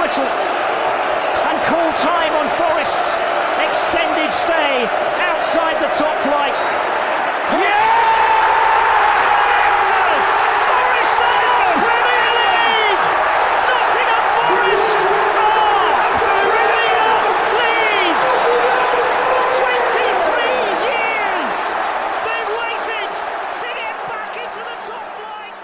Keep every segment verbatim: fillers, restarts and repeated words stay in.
whistle and call time on Forest's extended stay outside the top flight. Yeah! Forest are Premier League! Nottingham Forest are Premier League! twenty-three years they've waited to get back into the top flight.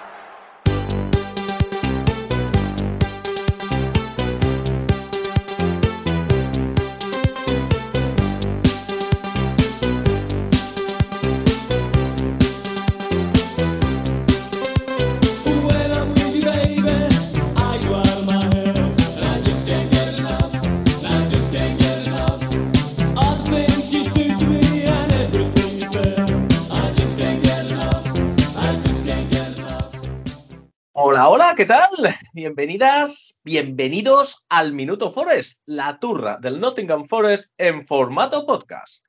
Hola, hola, ¿qué tal? Bienvenidas, bienvenidos al Minuto Forest, la turra del Nottingham Forest en formato podcast.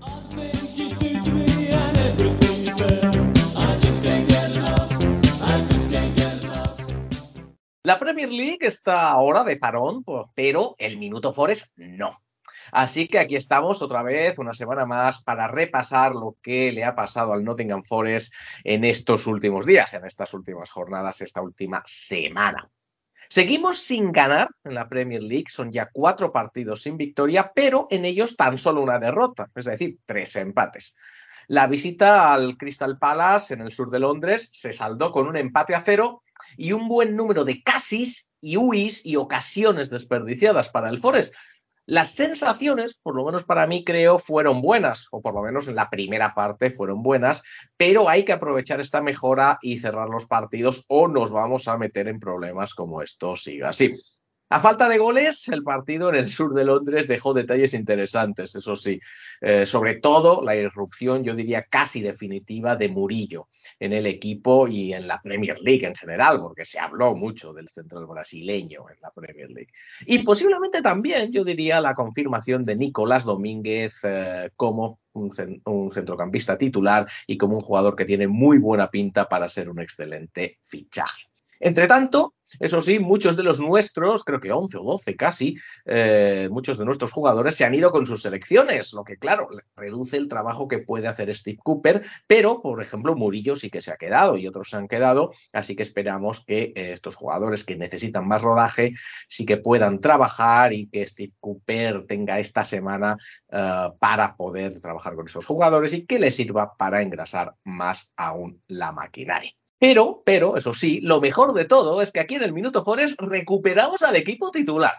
La Premier League está ahora de parón, pero el Minuto Forest no. Así que aquí estamos otra vez, una semana más, para repasar lo que le ha pasado al Nottingham Forest en estos últimos días, en estas últimas jornadas, esta última semana. Seguimos sin ganar en la Premier League, son ya cuatro partidos sin victoria, pero en ellos tan solo una derrota, es decir, tres empates. La visita al Crystal Palace en el sur de Londres se saldó con un empate a cero y un buen número de casis y uis y ocasiones desperdiciadas para el Forest. Las sensaciones, por lo menos para mí, creo, fueron buenas, o por lo menos en la primera parte fueron buenas, pero hay que aprovechar esta mejora y cerrar los partidos o nos vamos a meter en problemas como esto siga así. A falta de goles, el partido en el sur de Londres dejó detalles interesantes, eso sí, eh, sobre todo la irrupción, yo diría casi definitiva, de Murillo en el equipo y en la Premier League en general, porque se habló mucho del central brasileño en la Premier League. Y posiblemente también, yo diría, la confirmación de Nicolás Domínguez eh, como un, un centrocampista titular y como un jugador que tiene muy buena pinta para ser un excelente fichaje. Entre tanto, eso sí, muchos de los nuestros, creo que once o doce casi, eh, muchos de nuestros jugadores se han ido con sus selecciones, lo que, claro, reduce el trabajo que puede hacer Steve Cooper, pero, por ejemplo, Murillo sí que se ha quedado y otros se han quedado, así que esperamos que eh, estos jugadores que necesitan más rodaje sí que puedan trabajar y que Steve Cooper tenga esta semana uh, para poder trabajar con esos jugadores y que les sirva para engrasar más aún la maquinaria. Pero, pero, eso sí, lo mejor de todo es que aquí en el Minuto Forest recuperamos al equipo titular.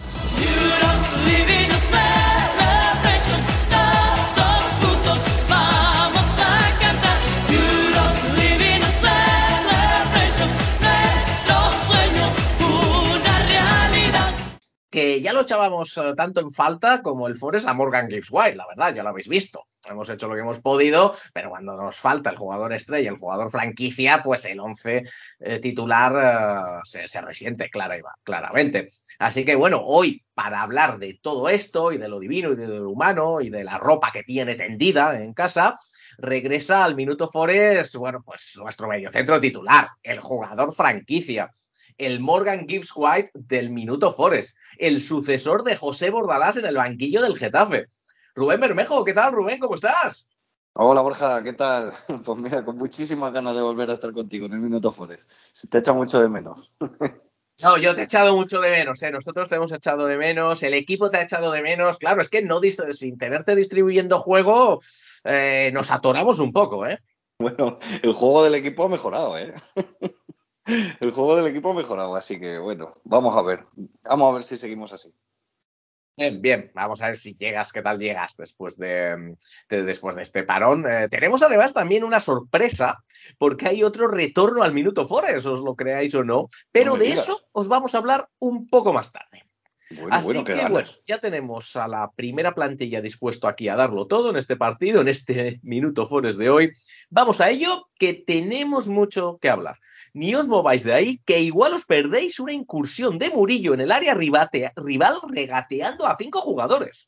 Que ya lo echábamos uh, tanto en falta como el Forest a Morgan Gibbs-White, la verdad, ya lo habéis visto. Hemos hecho lo que hemos podido, pero cuando nos falta el jugador estrella, el jugador franquicia, pues el once eh, titular uh, se, se resiente clara y va, claramente. Así que bueno, hoy para hablar de todo esto y de lo divino y de lo humano y de la ropa que tiene tendida en casa, regresa al Minuto Forest, bueno, pues nuestro mediocentro titular, el jugador franquicia. El Morgan Gibbs-White del Minuto Forest, el sucesor de José Bordalás en el banquillo del Getafe. Rubén Bermejo, ¿qué tal, Rubén? ¿Cómo estás? Hola, Borja, ¿qué tal? Pues mira, con muchísimas ganas de volver a estar contigo en el Minuto Forest. Se te echa mucho de menos. No, yo te he echado mucho de menos, ¿eh? Nosotros te hemos echado de menos, el equipo te ha echado de menos. Claro, es que no sin tenerte distribuyendo juego, eh, nos atoramos un poco, ¿eh? Bueno, el juego del equipo ha mejorado, ¿eh? El juego del equipo ha mejorado, así que bueno, vamos a ver. Vamos a ver si seguimos así. Bien, bien, vamos a ver si llegas, qué tal llegas después de, de, después de este parón. Eh, tenemos además también una sorpresa, porque hay otro retorno al Minuto Forest, os lo creáis o no, pero No me de digas. eso os vamos a hablar un poco más tarde. Bueno, Así bueno, qué que ganas. bueno, ya tenemos a la primera plantilla dispuesto aquí a darlo todo en este partido, en este Minuto Forest de hoy. Vamos a ello, que tenemos mucho que hablar. Ni os mováis de ahí, que igual os perdéis una incursión de Murillo en el área ribate, rival regateando a cinco jugadores.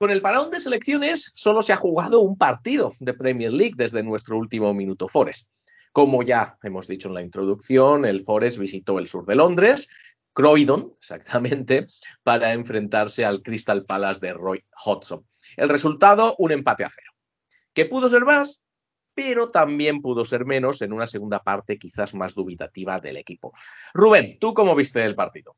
Con el parón de selecciones solo se ha jugado un partido de Premier League desde nuestro último Minuto Forest. Como ya hemos dicho en la introducción, el Forest visitó el sur de Londres, Croydon, exactamente, para enfrentarse al Crystal Palace de Roy Hodgson. El resultado, un empate a cero. ¿Que pudo ser más? Pero también pudo ser menos en una segunda parte quizás más dubitativa del equipo. Rubén, ¿tú cómo viste el partido?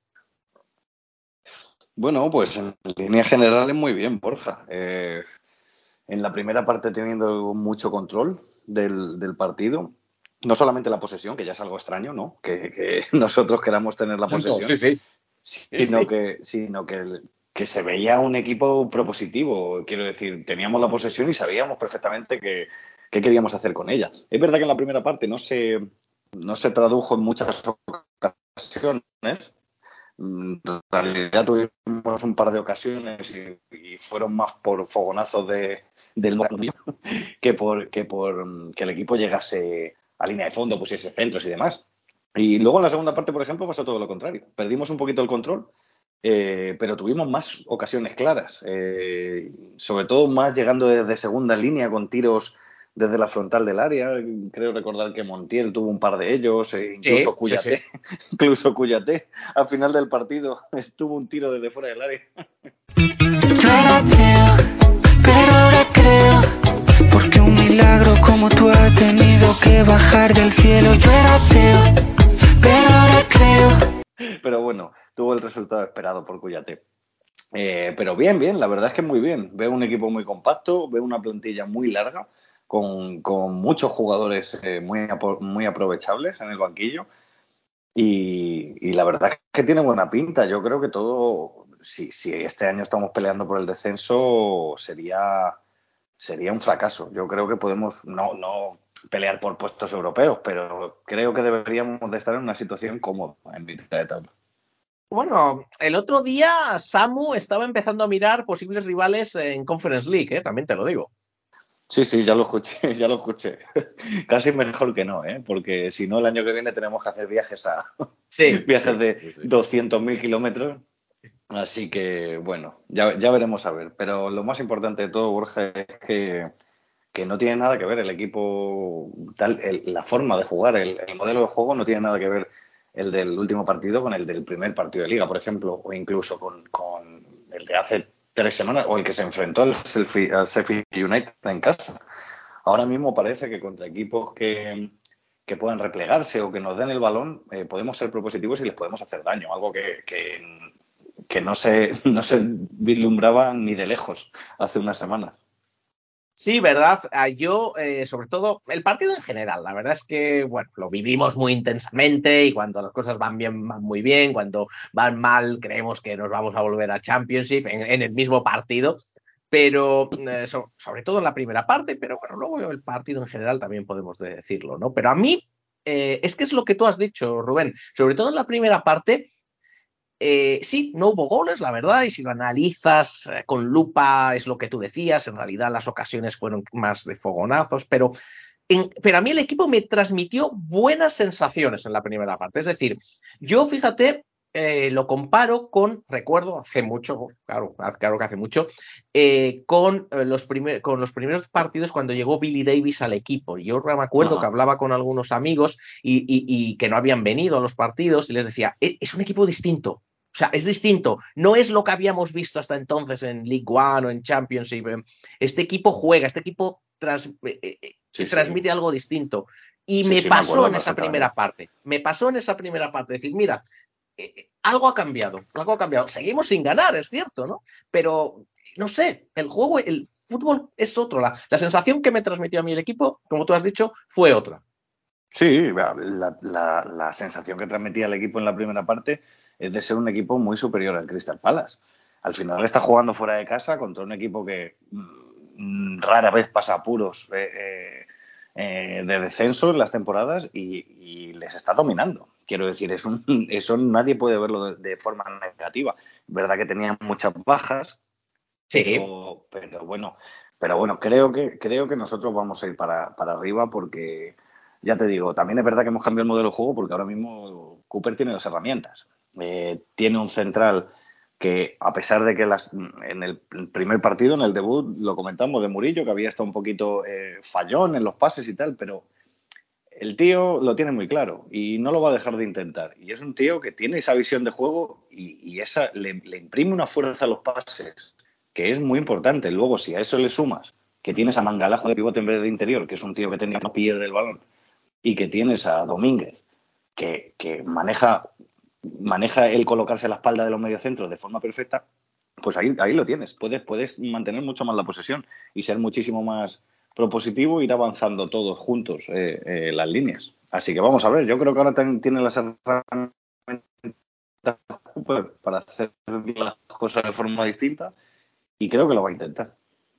Bueno, pues en líneas generales muy bien, Borja. Eh, en la primera parte teniendo mucho control del, del partido. No solamente la posesión, que ya es algo extraño, ¿no? Que, que nosotros queramos tener la No, posesión, sí, sí. sino, sí. que, sino que, que se veía un equipo propositivo. Quiero decir, teníamos la posesión y sabíamos perfectamente qué que queríamos hacer con ella. Es verdad que en la primera parte no se, no se tradujo en muchas ocasiones. En realidad tuvimos un par de ocasiones y, y fueron más por fogonazos de, del Mourinho que por, que por que el equipo llegase a línea de fondo, pusiese centros y demás. Y luego en la segunda parte, por ejemplo, pasó todo lo contrario. Perdimos un poquito el control, eh, pero tuvimos más ocasiones claras. Eh, sobre todo más llegando desde segunda línea con tiros desde la frontal del área. Creo recordar que Montiel tuvo un par de ellos, eh, incluso Sí, sí, Cuyaté, sí. incluso Cuyaté al final del partido estuvo un tiro desde fuera del área. Yo era ateo, pero ahora creo, porque un milagro como tú ha tenido que bajar del cielo. Yo era ateo, pero ahora creo. Pero bueno, tuvo el resultado esperado por Cuyaté. Eh, pero bien, bien, la verdad es que muy bien. Veo un equipo muy compacto, veo una plantilla muy larga, con, con muchos jugadores eh, muy, apo- muy aprovechables en el banquillo. Y, y la verdad es que tiene buena pinta. Yo creo que todo, si, si este año estamos peleando por el descenso, sería, sería un fracaso. Yo creo que podemos no, no pelear por puestos europeos, pero creo que deberíamos de estar en una situación cómoda en mitad de tabla. Bueno, el otro día Samu estaba empezando a mirar posibles rivales en Conference League, ¿eh? También te lo digo. Sí, sí, ya lo escuché, ya lo escuché. Casi mejor que no, ¿eh? Porque si no, el año que viene tenemos que hacer viajes a Sí, viajes sí, de sí, sí. doscientos mil kilómetros. Así que, bueno, ya, ya veremos a ver. Pero lo más importante de todo, Borja, es que, que no tiene nada que ver el equipo, tal, el- la forma de jugar, el, el modelo de juego no tiene nada que ver el del último partido con el del primer partido de liga, por ejemplo, o incluso con, con el de hace tres semanas, o el que se enfrentó al Sheffield al Sheffield United en casa. Ahora mismo parece que contra equipos que, que puedan replegarse o que nos den el balón, eh, podemos ser propositivos y les podemos hacer daño, algo que, que, que no, se, no se vislumbraba ni de lejos hace unas semanas. Sí, ¿verdad? Ah, Yo, eh, sobre todo, el partido en general, la verdad es que, bueno, lo vivimos muy intensamente y cuando las cosas van bien, van muy bien, cuando van mal, creemos que nos vamos a volver a Championship en, en el mismo partido, pero eh, so- sobre todo en la primera parte, pero bueno, luego el partido en general también podemos decirlo, ¿no? Pero a mí, eh, es que es lo que tú has dicho, Rubén, sobre todo en la primera parte. Eh, sí, no hubo goles, la verdad, y si lo analizas eh, con lupa es lo que tú decías, en realidad las ocasiones fueron más de fogonazos, pero, en, pero a mí el equipo me transmitió buenas sensaciones en la primera parte. Es decir, yo fíjate, eh, lo comparo con, recuerdo hace mucho, claro, claro que hace mucho, eh, con, eh, los primer, con los primeros partidos cuando llegó Billy Davis al equipo. Yo me acuerdo que Ajá. hablaba con algunos amigos y, y, y que no habían venido a los partidos y les decía, es un equipo distinto. O sea, es distinto. No es lo que habíamos visto hasta entonces en League One o en Championship. Este equipo juega, este equipo trans, eh, Sí, eh, sí. transmite algo distinto. Y Sí, me sí, me pasó acuerdo en esa perfectamente. primera parte. Me pasó en esa primera parte. Decir, mira, eh, algo ha cambiado, algo ha cambiado. Seguimos sin ganar, es cierto, ¿no? Pero, no sé, el juego, el fútbol es otro. La, la sensación que me transmitió a mí el equipo, como tú has dicho, fue otra. Sí, la, la, la sensación que transmitía el equipo en la primera parte es de ser un equipo muy superior al Crystal Palace. Al final está jugando fuera de casa contra un equipo que mm, rara vez pasa apuros eh, eh, eh, de descenso en las temporadas y, y les está dominando. Quiero decir, es un, eso nadie puede verlo de, de forma negativa. Es verdad que tenían muchas bajas, Sí, pero, pero bueno, pero bueno, creo que, creo que nosotros vamos a ir para, para arriba porque, ya te digo, también es verdad que hemos cambiado el modelo de juego porque ahora mismo Cooper tiene dos herramientas. Eh, tiene un central que a pesar de que las, en el primer partido, en el debut, lo comentamos de Murillo, que había estado un poquito eh, fallón en los pases y tal, pero el tío lo tiene muy claro y no lo va a dejar de intentar. Y es un tío que tiene esa visión de juego y, y esa le, le imprime una fuerza a los pases que es muy importante. Luego, si a eso le sumas que tienes a Mangalajo de pivote en vez de interior, que es un tío que tenía que no pierde el balón, y que tienes a Domínguez, que, que maneja, maneja el colocarse a la espalda de los mediocentros de forma perfecta, pues ahí, ahí lo tienes. Puedes, puedes mantener mucho más la posesión y ser muchísimo más propositivo, ir avanzando todos juntos eh, eh, las líneas. Así que vamos a ver, yo creo que ahora ten, tiene las herramientas Cooper para hacer las cosas de forma distinta y creo que lo va a intentar.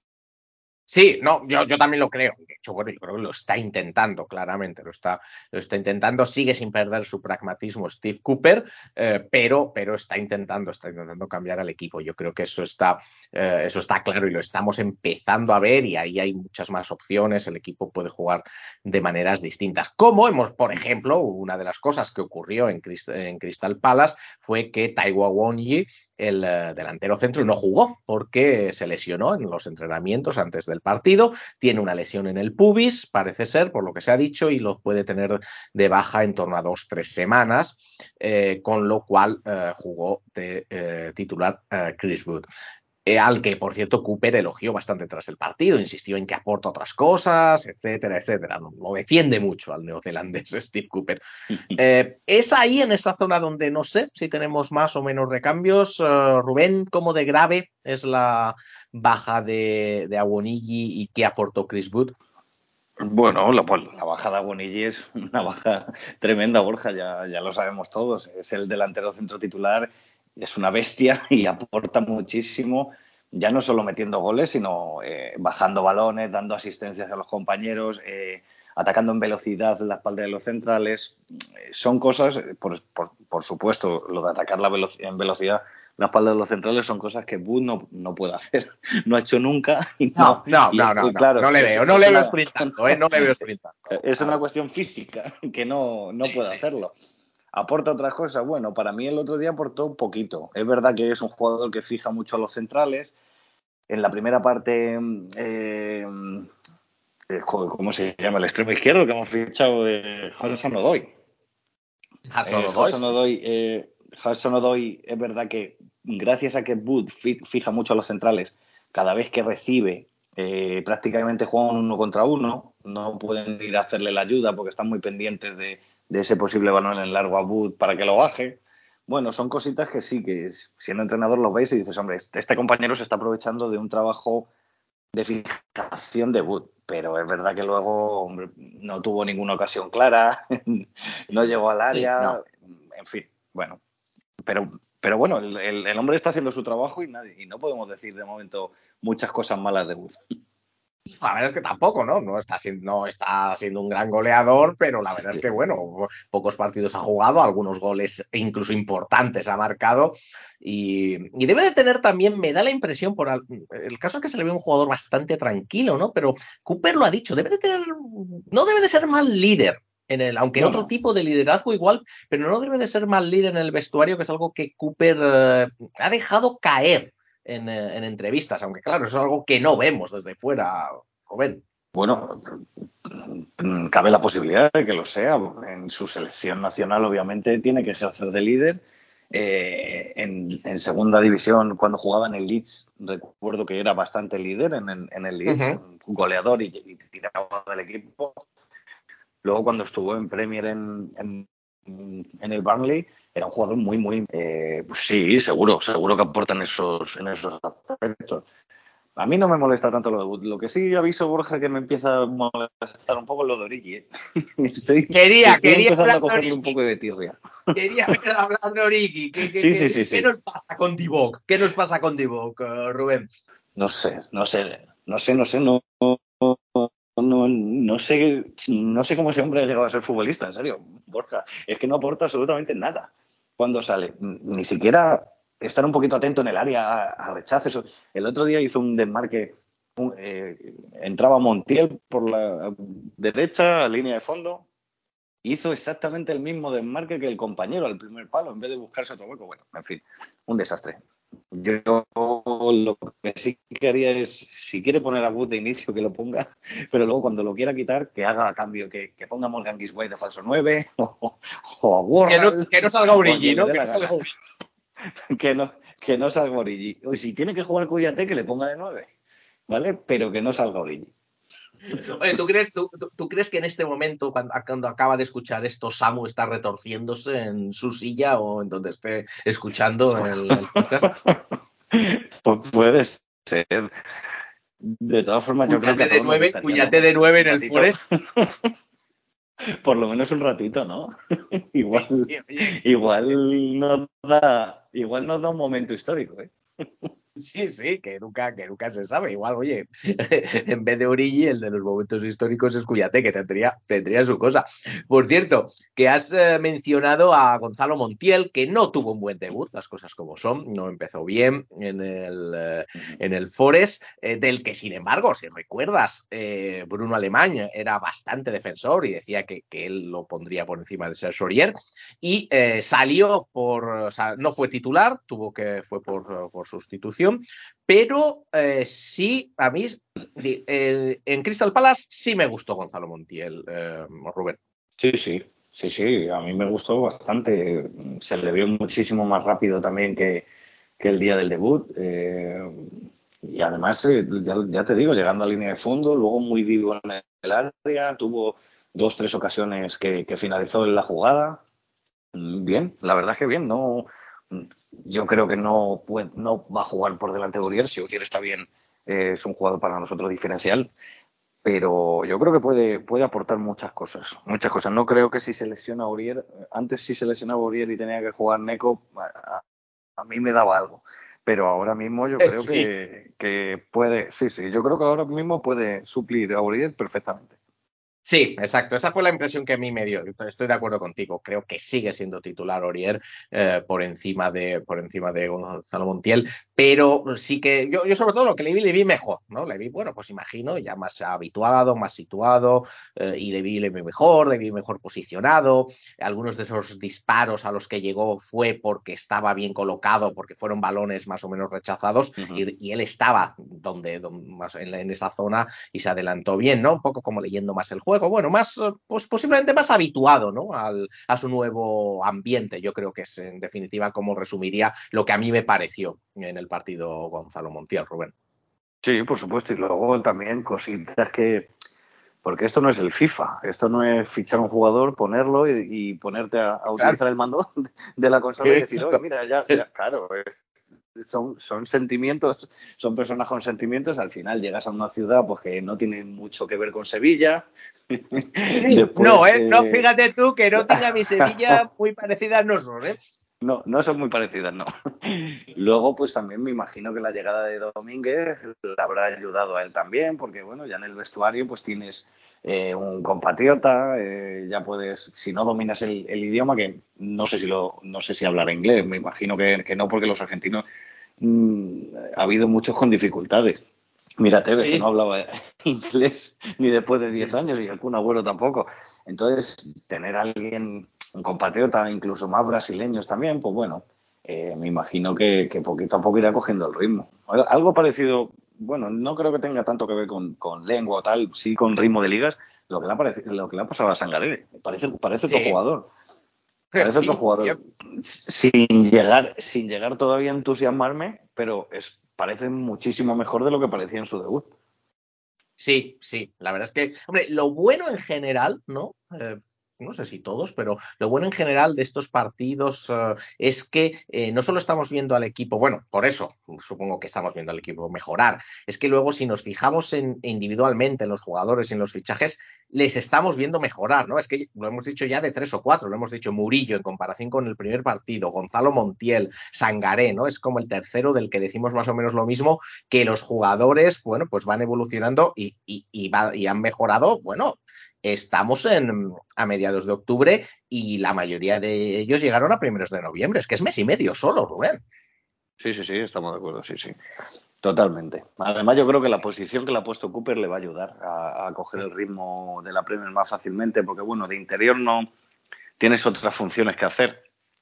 Sí, no, yo, yo también lo creo. De hecho, bueno, yo creo que lo está intentando, claramente. Lo está, lo está intentando. Sigue sin perder su pragmatismo Steve Cooper, eh, pero, pero está intentando, está intentando cambiar al equipo. Yo creo que eso está, eh, eso está claro y lo estamos empezando a ver, y ahí hay muchas más opciones. El equipo puede jugar de maneras distintas. Como hemos, por ejemplo, una de las cosas que ocurrió en, Crist en Crystal Palace fue que Taiwo Awoniyi, el uh, delantero centro, no jugó porque se lesionó en los entrenamientos antes del partido, tiene una lesión en el pubis, parece ser, por lo que se ha dicho, y lo puede tener de baja en torno a dos, tres semanas, eh, con lo cual eh, jugó de eh, titular eh, Chris Wood. Eh, al que, por cierto, Cooper elogió bastante tras el partido, insistió en que aporta otras cosas, etcétera, etcétera. No, lo defiende mucho al neozelandés Steve Cooper. Eh, es ahí, en esa zona, donde no sé si tenemos más o menos recambios. Uh, Rubén, ¿cómo de grave es la baja de, de Awoniyi y qué aportó Chris Wood? Bueno, la, la baja de Awoniyi es una baja tremenda, Borja, ya, ya lo sabemos todos. Es el delantero centro titular, es una bestia y aporta muchísimo, ya no solo metiendo goles, sino eh, bajando balones, dando asistencias a los compañeros, eh, atacando en velocidad la espalda de los centrales. Eh, son cosas, por, por, por supuesto, lo de atacar la veloc en velocidad la espalda de los centrales son cosas que Wood no, no puede hacer, no ha hecho nunca. Y no, no, no, no, y, no, y no, claro, no le es, veo, no es le veo una, sprintando, ¿eh? No le veo sprintando. es Claro. una cuestión física que no, no Sí, puede sí, hacerlo. sí, sí. ¿Aporta otras cosas? Bueno, para mí el otro día aportó un poquito. Es verdad que es un jugador que fija mucho a los centrales. En la primera parte, eh, eh, ¿cómo se llama? El extremo izquierdo que hemos fichado, eh, Hudson Odoi. Eh, Hudson-Odoi, Hudson sí. Odoi, eh, Hudson Odoi, es verdad que gracias a que Wood fija mucho a los centrales, cada vez que recibe, eh, prácticamente juegan uno contra uno, no pueden ir a hacerle la ayuda porque están muy pendientes de, de ese posible balón en largo a Wood para que lo baje. Bueno, son cositas que sí, que siendo entrenador lo veis y dices, hombre, este compañero se está aprovechando de un trabajo de fijación de Wood, pero es verdad que luego, hombre, no tuvo ninguna ocasión clara, no llegó al Sí, área, no. en fin, bueno, pero, pero bueno, el, el, el hombre está haciendo su trabajo y, nadie, y no podemos decir de momento muchas cosas malas de Wood. La verdad es que tampoco, ¿no? No está, siendo, no está siendo un gran goleador, pero la verdad es que, bueno, pocos partidos ha jugado, algunos goles incluso importantes ha marcado, y, y debe de tener también, me da la impresión, por al, el caso es que se le ve un jugador bastante tranquilo, ¿no? Pero Cooper lo ha dicho, debe de tener, no debe de ser mal líder. En el, aunque No, otro no. tipo de liderazgo igual, pero no debe de ser mal líder en el vestuario, que es algo que Cooper eh, ha dejado caer en, eh, en entrevistas, aunque claro, eso es algo que no vemos desde fuera, Rubén. Bueno, cabe la posibilidad de que lo sea. En su selección nacional, obviamente, tiene que ejercer de líder. Eh, en, en segunda división, cuando jugaba en el Leeds, recuerdo que era bastante líder en, en, en el Leeds, Uh-huh. un goleador y, y tiraba del equipo. Luego, cuando estuvo en Premier en, en, en el Burnley, era un jugador muy, muy... Eh, pues sí, seguro, seguro que aporta en esos, en esos aspectos. A mí no me molesta tanto lo de Wood. Lo que sí aviso, Borja, que me empieza a molestar un poco lo de Origi, ¿eh? Estoy, Quería, estoy quería empezando hablar a de cogerle un Origi. poco de tirria. Quería hablar de Origi. ¿Qué, qué, Sí, sí, qué, sí, qué sí. nos pasa con Divock? ¿Qué nos pasa con Divock, uh, Rubén? No sé, no sé, no sé, no sé, no, no, no sé, no sé cómo ese hombre ha llegado a ser futbolista, en serio, Borja. Es que no aporta absolutamente nada cuando sale. Ni siquiera estar un poquito atento en el área a, a rechaces. El otro día hizo un desmarque, un, eh, entraba Montiel por la derecha, línea de fondo, hizo exactamente el mismo desmarque que el compañero al primer palo, en vez de buscarse otro hueco. Bueno, en fin, un desastre. Yo lo que sí que haría es, si quiere poner a Wood de inicio, que lo ponga, pero luego cuando lo quiera quitar, que haga a cambio, que, que ponga a Morgan Gisway de falso nueve, o, o a Worrell. Que no, que no salga Origi, ¿no? Que no salga Origi. que, no, que no salga Origi. O si tiene que jugar Cuyate, que le ponga de nueve, ¿vale? Pero que no salga Origi. Oye, ¿tú crees, tú, tú, ¿tú crees que en este momento, cuando, cuando acaba de escuchar esto, Samu está retorciéndose en su silla o en donde esté escuchando el, el podcast? Pues puede ser. De todas formas, yo creo que a todos nos gustaría, Cuyate de nueve en el Forest. Por lo menos un ratito, ¿no? igual, sí, sí, oye, igual nos da, igual nos da un momento histórico, ¿eh? Sí, sí, que nunca, que nunca se sabe. Igual, oye, en vez de Origi, el de los momentos históricos es Cuyate, que tendría, tendría su cosa. Por cierto, que has eh, mencionado a Gonzalo Montiel, que no tuvo un buen debut, las cosas como son, no empezó bien en el, eh, en el Forest, eh, del que, sin embargo, si recuerdas, eh, Bruno Alemany era bastante defensor y decía que, que él lo pondría por encima de Serge Aurier, y eh, salió por, o sea, no fue titular, tuvo que, fue por, por sustitución, pero eh, sí, a mí eh, en Crystal Palace sí me gustó Gonzalo Montiel, eh, Rubén. Sí, sí, sí, sí, a mí me gustó bastante. Se le vio muchísimo más rápido también que, que el día del debut. Eh, y además, eh, ya, ya te digo, llegando a línea de fondo, luego muy vivo en el área, tuvo dos, tres ocasiones que, que finalizó en la jugada. Bien, la verdad es que bien. No, yo creo que no, puede, no va a jugar por delante de Aurier. Si Aurier está bien, eh, es un jugador para nosotros diferencial. Pero yo creo que puede, puede aportar muchas cosas. Muchas cosas. No creo que si se lesiona Aurier, antes si se lesionaba Aurier y tenía que jugar Neco, a, a mí me daba algo. Pero ahora mismo yo creo Sí. que, que puede, sí, sí, yo creo que ahora mismo puede suplir a Aurier perfectamente. Sí, exacto. Esa fue la impresión que a mí me dio. Estoy de acuerdo contigo. Creo que sigue siendo titular Aurier eh, por encima de por encima de Gonzalo Montiel, pero sí que yo, yo sobre todo lo que le vi, le vi mejor, ¿no? Le vi, bueno, pues imagino, ya más habituado, más situado, eh, y le vi, le vi mejor, le vi mejor posicionado. Algunos de esos disparos a los que llegó fue porque estaba bien colocado, porque fueron balones más o menos rechazados, Uh-huh. y, y él estaba donde, donde más en, en esa zona y se adelantó bien, ¿no? Un poco como leyendo más el juego. Bueno, más, pues posiblemente más habituado, ¿no? Al, a su nuevo ambiente. Yo creo que es, en definitiva, como resumiría lo que a mí me pareció en el partido Gonzalo Montiel, Rubén. Sí, por supuesto. Y luego también cositas que... Porque esto no es el FIFA. Esto no es fichar un jugador, ponerlo y, y ponerte a, a Claro. utilizar el mando de la consola y decir, Exacto. oye, mira, ya, ya claro, es, son, son sentimientos, son personas con sentimientos. Al final llegas a una ciudad pues que no tiene mucho que ver con Sevilla. Después, no, ¿eh? eh... No, fíjate tú que no tenga mi Sevilla muy parecidas no son, ¿eh? No, no son muy parecidas, no. Luego, pues también me imagino que la llegada de Domínguez le habrá ayudado a él también, porque bueno, ya en el vestuario pues tienes eh, un compatriota, eh, ya puedes, si no dominas el, el idioma, que no sé si lo, no sé si hablar inglés, me imagino que, que no, porque los argentinos mmm, ha habido muchos con dificultades. Mira, Tevez, sí, que no hablaba inglés ni después de diez sí, años, sí. Y el Kun Agüero tampoco. Entonces, tener a alguien, un compatriota, incluso más brasileños también, pues bueno, eh, me imagino que, que poquito a poco irá cogiendo el ritmo. Algo parecido, bueno, no creo que tenga tanto que ver con, con lengua o tal, sí con ritmo de ligas, lo que le ha, parecido, lo que le ha pasado a Sangaré. Parece, parece sí. otro jugador. Parece sí, otro jugador. Sin llegar, sin llegar todavía a entusiasmarme, pero es, parece muchísimo mejor de lo que parecía en su debut. Sí, sí, la verdad es que, hombre, lo bueno en general, ¿no? Eh, no sé si todos, pero lo bueno en general de estos partidos uh, es que eh, no solo estamos viendo al equipo, bueno, por eso supongo que estamos viendo al equipo mejorar, es que luego si nos fijamos en, individualmente en los jugadores y en los fichajes, les estamos viendo mejorar, ¿no? Es que lo hemos dicho ya de tres o cuatro, lo hemos dicho Murillo en comparación con el primer partido, Gonzalo Montiel, Sangaré, ¿no? Es como el tercero del que decimos más o menos lo mismo, que los jugadores, bueno, pues van evolucionando y, y, y, va, y han mejorado, bueno, estamos en, a mediados de octubre y la mayoría de ellos llegaron a primeros de noviembre. Es que es mes y medio solo, Rubén. Sí, sí, sí, estamos de acuerdo, sí, sí. Totalmente. Además, yo creo que la posición que le ha puesto Cooper le va a ayudar a, a coger el ritmo de la Premier más fácilmente, porque bueno, de interior no tienes otras funciones que hacer.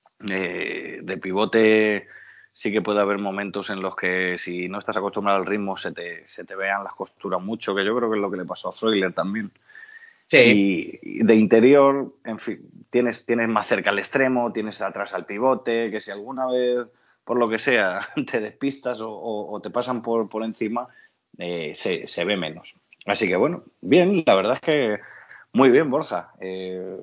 Eh, de pivote sí que puede haber momentos en los que si no estás acostumbrado al ritmo se te, se te vean las costuras mucho, que yo creo que es lo que le pasó a Freuler también. Sí. Y, y de interior, en fin, tienes, tienes más cerca al extremo, tienes atrás al pivote, que si alguna vez, por lo que sea, te despistas o, o, o te pasan por, por encima, eh, se, se ve menos. Así que bueno, bien, la verdad es que muy bien, Borja. Eh,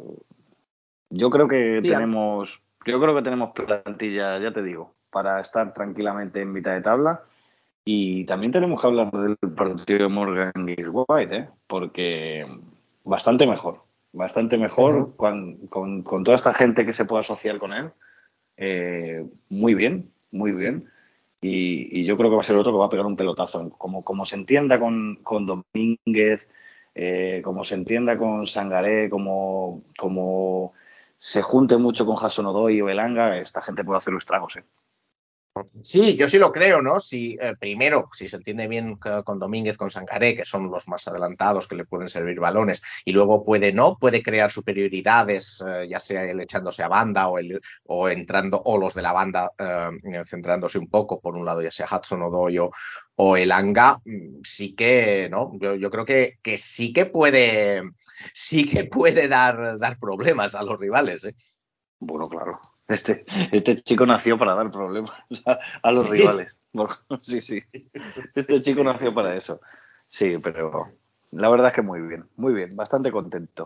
yo creo que Sí, tenemos, yo creo que tenemos plantilla, ya te digo, para estar tranquilamente en mitad de tabla. Y también tenemos que hablar del partido de Morgan Gibbs White, ¿eh? Porque bastante mejor, bastante mejor uh-huh. con, con, con toda esta gente que se puede asociar con él. Eh, muy bien, muy bien. Y, y yo creo que va a ser otro que va a pegar un pelotazo. Como, como se entienda con, con Domínguez, eh, como se entienda con Sangaré, como, como se junte mucho con Hudson Odoi o Elanga, esta gente puede hacer los estragos, ¿eh? Sí, yo sí lo creo, ¿no? Si eh, primero, si se entiende bien con Domínguez, con Sangaré, que son los más adelantados, que le pueden servir balones, y luego puede no, puede crear superioridades, eh, ya sea él echándose a banda o, el, o entrando, o los de la banda eh, centrándose un poco, por un lado, ya sea Hudson Odoi o, o Elanga, sí que, ¿no? Yo, yo creo que, que sí que puede, sí que puede dar, dar problemas a los rivales, ¿eh? Bueno, claro. Este, este chico nació para dar problemas a, a los Sí, rivales. Sí, sí. sí, Este chico sí, sí, nació para sí. eso. Sí, pero la verdad es que muy bien, muy bien, bastante contento.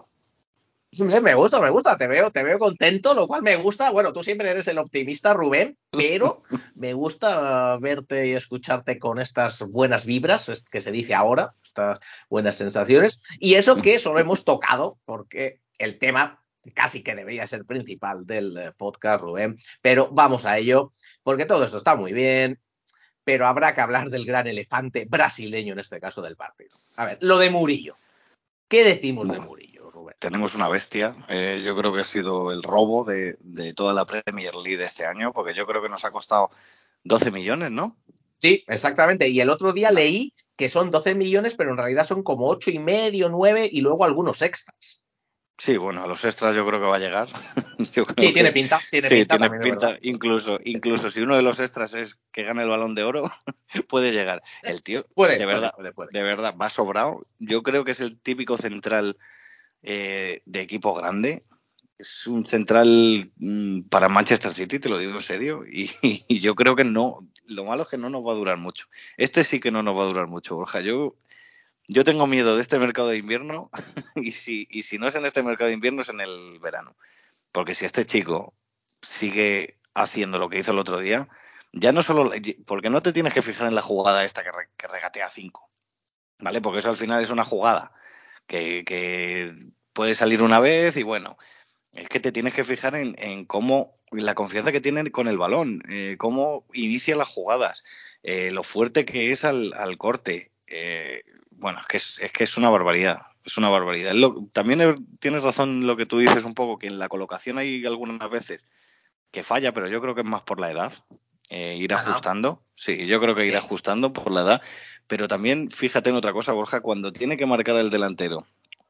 Me gusta, me gusta, te veo, te veo contento, lo cual me gusta. Bueno, tú siempre eres el optimista, Rubén, pero me gusta uh, verte y escucharte con estas buenas vibras, que se dice ahora, estas buenas sensaciones. Y eso que solo hemos tocado, porque el tema casi que debería ser principal del podcast, Rubén, pero vamos a ello, porque todo esto está muy bien, pero habrá que hablar del gran elefante brasileño en este caso del partido. A ver, lo de Murillo. ¿Qué decimos de Bueno, Murillo, Rubén? tenemos una bestia. Eh, yo creo que ha sido el robo de, de toda la Premier League de este año, porque yo creo que nos ha costado doce millones, ¿no? Sí, exactamente. Y el otro día Una, leí que son doce millones, pero en realidad son como ocho y medio, nueve y luego algunos extras. sí, bueno, a los extras yo creo que va a llegar. Yo creo Sí, tiene que pinta, tiene sí, pinta, tiene también es verdad. pinta. Incluso, incluso si uno de los extras es que gane el Balón de Oro, puede llegar. El tío, Puede, de puede, verdad, puede, puede. de verdad, va sobrado. Yo creo que es el típico central eh, de equipo grande. Es un central mm, para Manchester City, te lo digo en serio. Y, y yo creo que no. Lo malo es que no nos va a durar mucho. Este sí que no nos va a durar mucho, Borja. Yo yo tengo miedo de este mercado de invierno y si, y si no es en este mercado de invierno es en el verano. Porque si este chico sigue haciendo lo que hizo el otro día, ya no solo, porque no te tienes que fijar en la jugada esta que, re, que regatea cinco, ¿vale? Porque eso al final es una jugada que, que puede salir una vez y bueno, es que te tienes que fijar en, en cómo, la confianza que tiene con el balón, eh, cómo inicia las jugadas, eh, lo fuerte que es al, al corte. Eh, bueno, es que es, es que es una barbaridad, es una barbaridad. Lo, también es, tienes razón lo que tú dices un poco, que en la colocación hay algunas veces que falla, pero yo creo que es más por la edad, eh, ir Ajá. ajustando. Sí, yo creo que ir Sí. ajustando por la edad, pero también fíjate en otra cosa, Borja, cuando tiene que marcar al delantero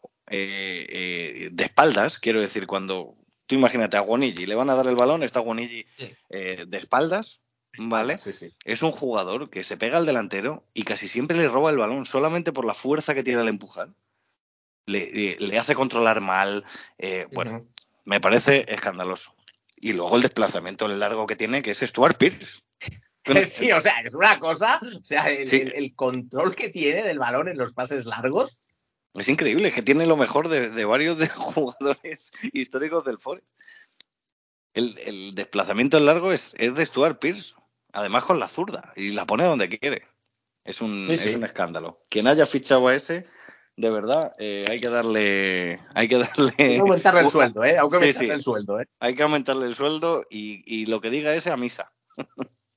eh, eh, de espaldas, quiero decir, cuando tú imagínate a Guonigi, le van a dar el balón, está Guonigi Sí. eh, de espaldas, Espalda, ¿vale? sí, sí. Es un jugador que se pega al delantero y casi siempre le roba el balón, solamente por la fuerza que tiene al empujar. Le, eh, le hace controlar mal, eh, bueno, Uh-huh. me parece escandaloso. Y luego el desplazamiento largo que tiene, que es Stuart Pearce. Sí, o sea, es una cosa, o sea, el, Sí, el, el control que tiene del balón en los pases largos. es increíble, que tiene lo mejor de, de varios de jugadores históricos del Forest. El, el desplazamiento largo es, es de Stuart Pearce, además con la zurda, y la pone donde quiere. Es un, Sí, es un sí. escándalo. Quien haya fichado a ese, de verdad, eh, hay que darle, hay que Hay que darle, aumentarle el uh, sueldo, ¿eh? Hay que sí, aumentarle sí, el sueldo, ¿eh? hay que aumentarle el sueldo y, y lo que diga ese a misa.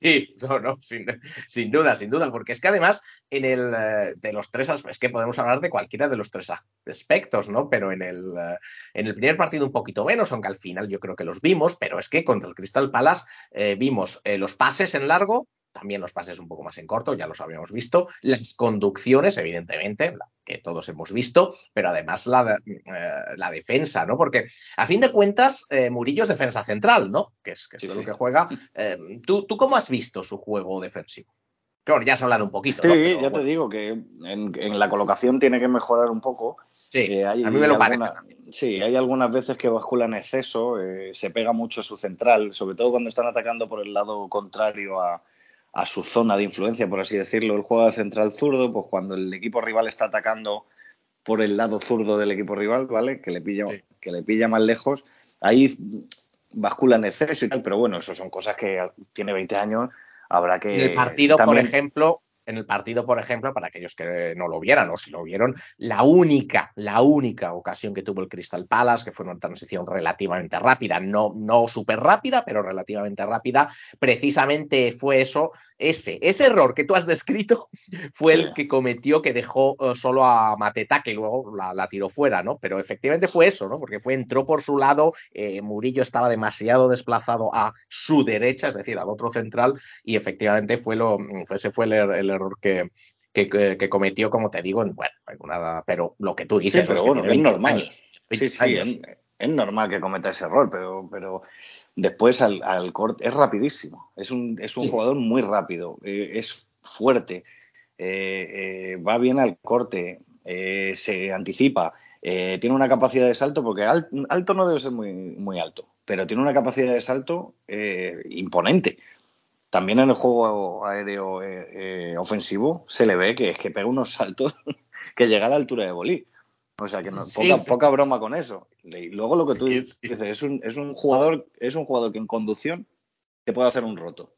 Sí, no, no, sin, sin duda, sin duda, porque es que además en el eh, de los tres as- es que podemos hablar de cualquiera de los tres aspectos, ¿no? Pero en el eh, en el primer partido un poquito menos, aunque al final yo creo que los vimos, pero es que contra el Crystal Palace eh, vimos eh, los pases en largo, también los pases un poco más en corto, ya los habíamos visto, las conducciones, evidentemente, la que todos hemos visto, pero además la, eh, la defensa, ¿no? Porque a fin de cuentas, eh, Murillo es defensa central, ¿no? Que es, que es Sí, de lo sí. que juega. Eh, ¿tú, ¿Tú cómo has visto su juego defensivo? Que bueno, ya has hablado un poquito, ¿no? Sí, Pero ya te bueno, digo que en, en la colocación tiene que mejorar un poco. sí, Eh, a mí me hay lo parece alguna, también. sí, hay algunas veces que bascula en exceso, eh, se pega mucho su central, sobre todo cuando están atacando por el lado contrario a, a su zona de influencia, por así decirlo. Él juega de central zurdo, pues cuando el equipo rival está atacando por el lado zurdo del equipo rival, ¿vale? Que le pilla, Sí. que le pilla más lejos, ahí bascula en exceso y tal, pero bueno, eso son cosas que tiene veinte años, habrá En el que partido, por también. ejemplo, en el partido, por ejemplo, para aquellos que no lo vieran o si lo vieron, la única, la única ocasión que tuvo el Crystal Palace, que fue una transición relativamente rápida, no, no súper rápida, pero relativamente rápida, precisamente fue eso, ese, ese error que tú has descrito fue Sí. el que cometió, que dejó uh, solo a Mateta, que luego la, la, tiró fuera, ¿no? Pero efectivamente fue eso, ¿no? Porque fue, entró por su lado, eh, Murillo estaba demasiado desplazado a su derecha, es decir, al otro central, y efectivamente fue lo, ese fue el, el error que, que, que, cometió, como te digo, en, bueno, alguna, pero lo que tú Sí, dices pero es que bueno, tiene que es veinte normal. años. Sí, veinte sí, es, años. es normal que cometa ese error, pero, pero después al, al corte es rapidísimo. Es un, es un Sí. jugador muy rápido, eh, es fuerte, eh, eh, va bien al corte, eh, se anticipa, eh, tiene una capacidad de salto, porque al, alto no debe ser muy, muy alto, pero tiene una capacidad de salto eh, imponente. También en el juego aéreo eh, eh, ofensivo se le ve que es que pega unos saltos que llega a la altura de Bolí. O sea que no, Sí, poca, sí. poca broma con eso. Y luego lo que tú Sí, dices, sí. es un, es un jugador, es un jugador que en conducción te puede hacer un roto.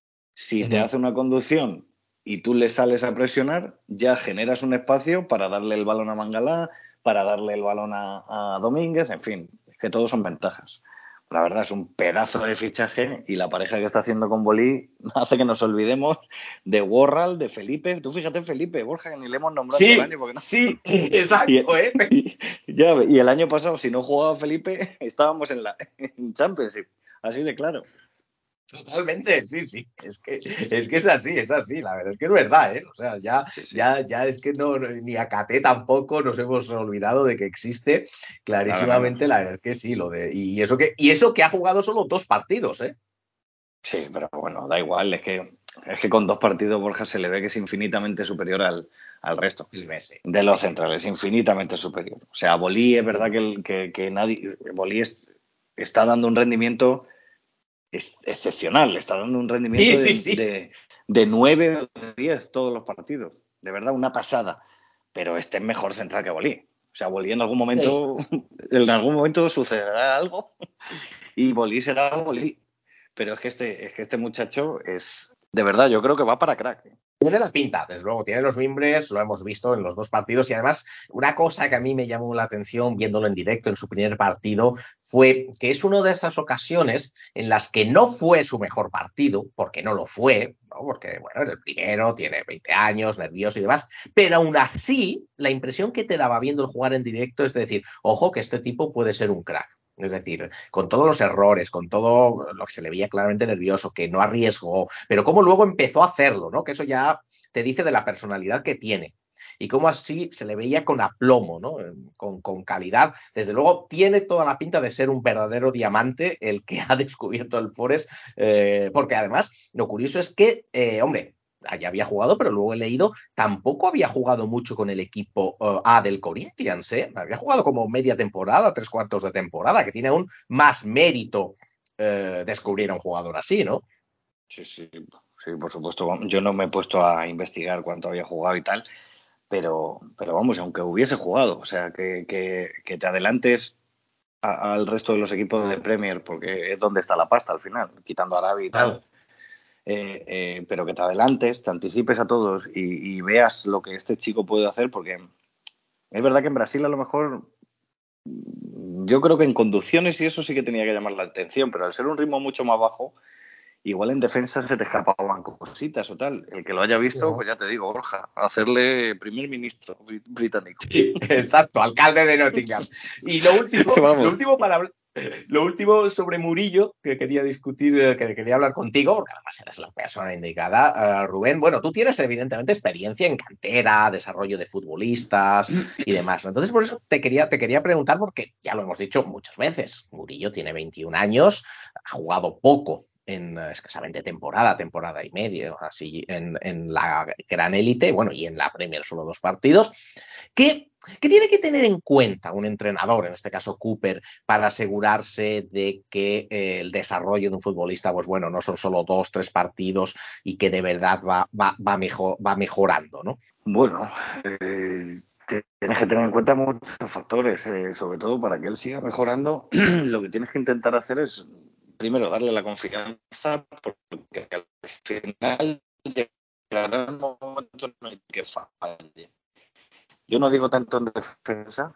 Si te Uh-huh. hace una conducción y tú le sales a presionar, ya generas un espacio para darle el balón a Mangalá, para darle el balón a, a Domínguez, en fin, es que todos son ventajas. La verdad es un pedazo de fichaje y la pareja que está haciendo con Bolí hace que nos olvidemos de Worral, de Felipe. Tú fíjate, Felipe, Borja, que ni le hemos nombrado en todo el Sí, año porque no. sí, Y, exacto, ¿eh? y, ya, y el año pasado, si no jugaba Felipe, estábamos en la en Championship. Así de claro. Totalmente, sí, sí. Es que, es que es así, es así. La verdad es que es verdad, ¿eh? O sea, ya, Sí, sí. ya, ya es que no, no ni a Caté tampoco nos hemos olvidado de que existe. Nada menos. Clarísimamente, la verdad es que sí, lo de. Y eso que, y eso que ha jugado solo dos partidos, ¿eh? Sí, pero bueno, da igual. Es que, es que con dos partidos Borja se le ve que es infinitamente superior al, al resto El Messi. de Sí, los sí. centrales, infinitamente superior. O sea, Bolí es verdad que, el- que, que nadie. Bolí es- está dando un rendimiento es excepcional, está dando un Sí, rendimiento sí, de, sí. de, de nueve o de diez todos los partidos. De verdad, una pasada. Pero este es mejor central que Bolí. O sea, Bolí en algún Sí. momento, en algún momento sucederá algo y Bolí será Bolí. Pero es que este, es que este muchacho es, de verdad, yo creo que va para crack. Tiene la pinta, desde luego, tiene los mimbres, lo hemos visto en los dos partidos y además una cosa que a mí me llamó la atención viéndolo en directo en su primer partido fue que es una de esas ocasiones en las que no fue su mejor partido, porque no lo fue, ¿no? Porque bueno, era el primero, tiene veinte años, nervioso y demás, pero aún así la impresión que te daba viendo el jugar en directo es decir, ojo que este tipo puede ser un crack. Es decir, con todos los errores, con todo lo que se le veía claramente nervioso, que no arriesgó, pero cómo luego empezó a hacerlo, ¿no? Que eso ya te dice de la personalidad que tiene. Y cómo así se le veía con aplomo, ¿no? Con, con calidad. Desde luego, tiene toda la pinta de ser un verdadero diamante el que ha descubierto el Forest, eh, porque además, lo curioso es que, eh, hombre, allá había jugado, pero luego he leído, tampoco había jugado mucho con el equipo uh, A del Corinthians, ¿eh? Había jugado como media temporada, tres cuartos de temporada, que tiene aún más mérito uh, descubrir a un jugador así, ¿no? Sí, sí, sí, por supuesto. Yo no me he puesto a investigar cuánto había jugado y tal, pero, pero vamos, aunque hubiese jugado, o sea, que, que, que te adelantes a, al resto de los equipos de Premier, porque es donde está la pasta al final, quitando a Arabia y tal, Claro. eh, eh, pero que te adelantes, te anticipes a todos y, y veas lo que este chico puede hacer, porque es verdad que en Brasil a lo mejor yo creo que en conducciones y eso sí que tenía que llamar la atención, pero al ser un ritmo mucho más bajo igual en defensa se te escapaban cositas o tal. El que lo haya visto, No. pues ya te digo, Borja, hacerle primer ministro bri- británico. Sí, exacto, alcalde de Nottingham. Y lo último, Vamos. lo último para hablar. Lo último sobre Murillo, que quería discutir, eh, que quería hablar contigo, porque además eres la persona indicada, uh, Rubén. Bueno, tú tienes evidentemente experiencia en cantera, desarrollo de futbolistas y demás, ¿no? Entonces, por eso te quería, te quería preguntar, porque ya lo hemos dicho muchas veces, Murillo tiene veintiún años, ha jugado poco en uh, escasamente temporada, temporada y media, así en, en la gran élite, bueno, y en la Premier solo dos partidos. ¿Qué, ¿Qué tiene que tener en cuenta un entrenador, en este caso Cooper, para asegurarse de que eh, el desarrollo de un futbolista, pues bueno, no son solo dos, tres partidos y que de verdad va, va, va, mejor, va mejorando, ¿no? Bueno, eh, tienes que tener en cuenta muchos factores, eh, sobre todo para que él siga mejorando. Lo que tienes que intentar hacer es, primero, darle la confianza, porque al final llegará el momento en el que falle. Yo no digo tanto en defensa,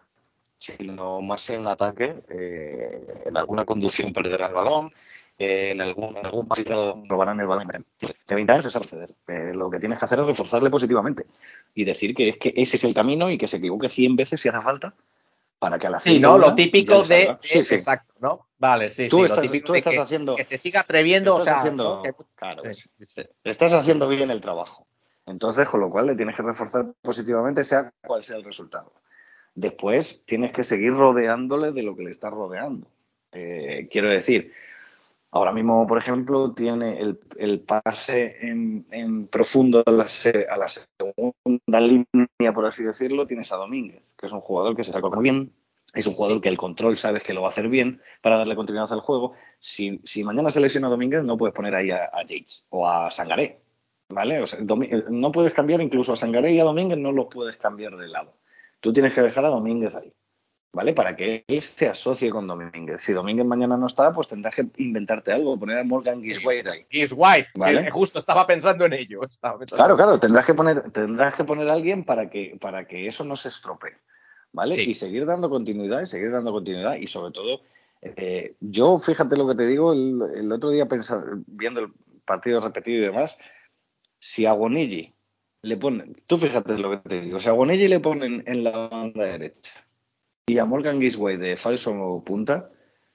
sino más en ataque. Eh, en alguna conducción perderá el balón, eh, en algún, en algún partido robarán el balón. De veinte años es acceder. Eh, lo que tienes que hacer es reforzarle positivamente y decir que es que ese es el camino y que se equivoque cien veces si hace falta para que a la Sí, ciento ¿no? Lo una ya típico le de, salga. de Sí, sí. exacto, ¿no? Vale, sí, Tú sí, lo estás, típico tú de estás que, haciendo, que se siga atreviendo, o estás sea, ¿no? Que, haciendo, claro, sí, es, sí, sí. estás haciendo bien el trabajo. Entonces, con lo cual le tienes que reforzar positivamente, sea cual sea el resultado. Después tienes que seguir rodeándole de lo que le estás rodeando. Eh, quiero decir, ahora mismo, por ejemplo, tiene el, el pase en, en profundo a la, se, a la segunda línea, por así decirlo, tienes a Domínguez, que es un jugador que se saca muy bien, es un jugador Sí. que el control sabes que lo va a hacer bien para darle continuidad al juego. Si, si mañana se lesiona a Domínguez, no puedes poner ahí a, a Yates o a Sangaré, ¿vale? O sea, no puedes cambiar incluso a Sangaré y a Domínguez, no los puedes cambiar de lado. Tú tienes que dejar a Domínguez ahí, ¿vale? Para que él se asocie con Domínguez. Si Domínguez mañana no está, pues tendrás que inventarte algo, poner a Morgan Giswade ahí, Is White, que ¿vale? justo estaba pensando en ello. Estaba pensando Claro, en ello. claro, tendrás que poner, tendrás que poner a alguien para que, para que eso no se estropee, ¿vale? Sí. Y seguir dando continuidad y seguir dando continuidad y sobre todo, eh, yo fíjate lo que te digo, el, el otro día pensando, viendo el partido repetido y demás, si a Bonilli le ponen, tú fíjate lo que te digo, si a Bonilli le ponen en la banda derecha y a Morgan Gisway de falso punta,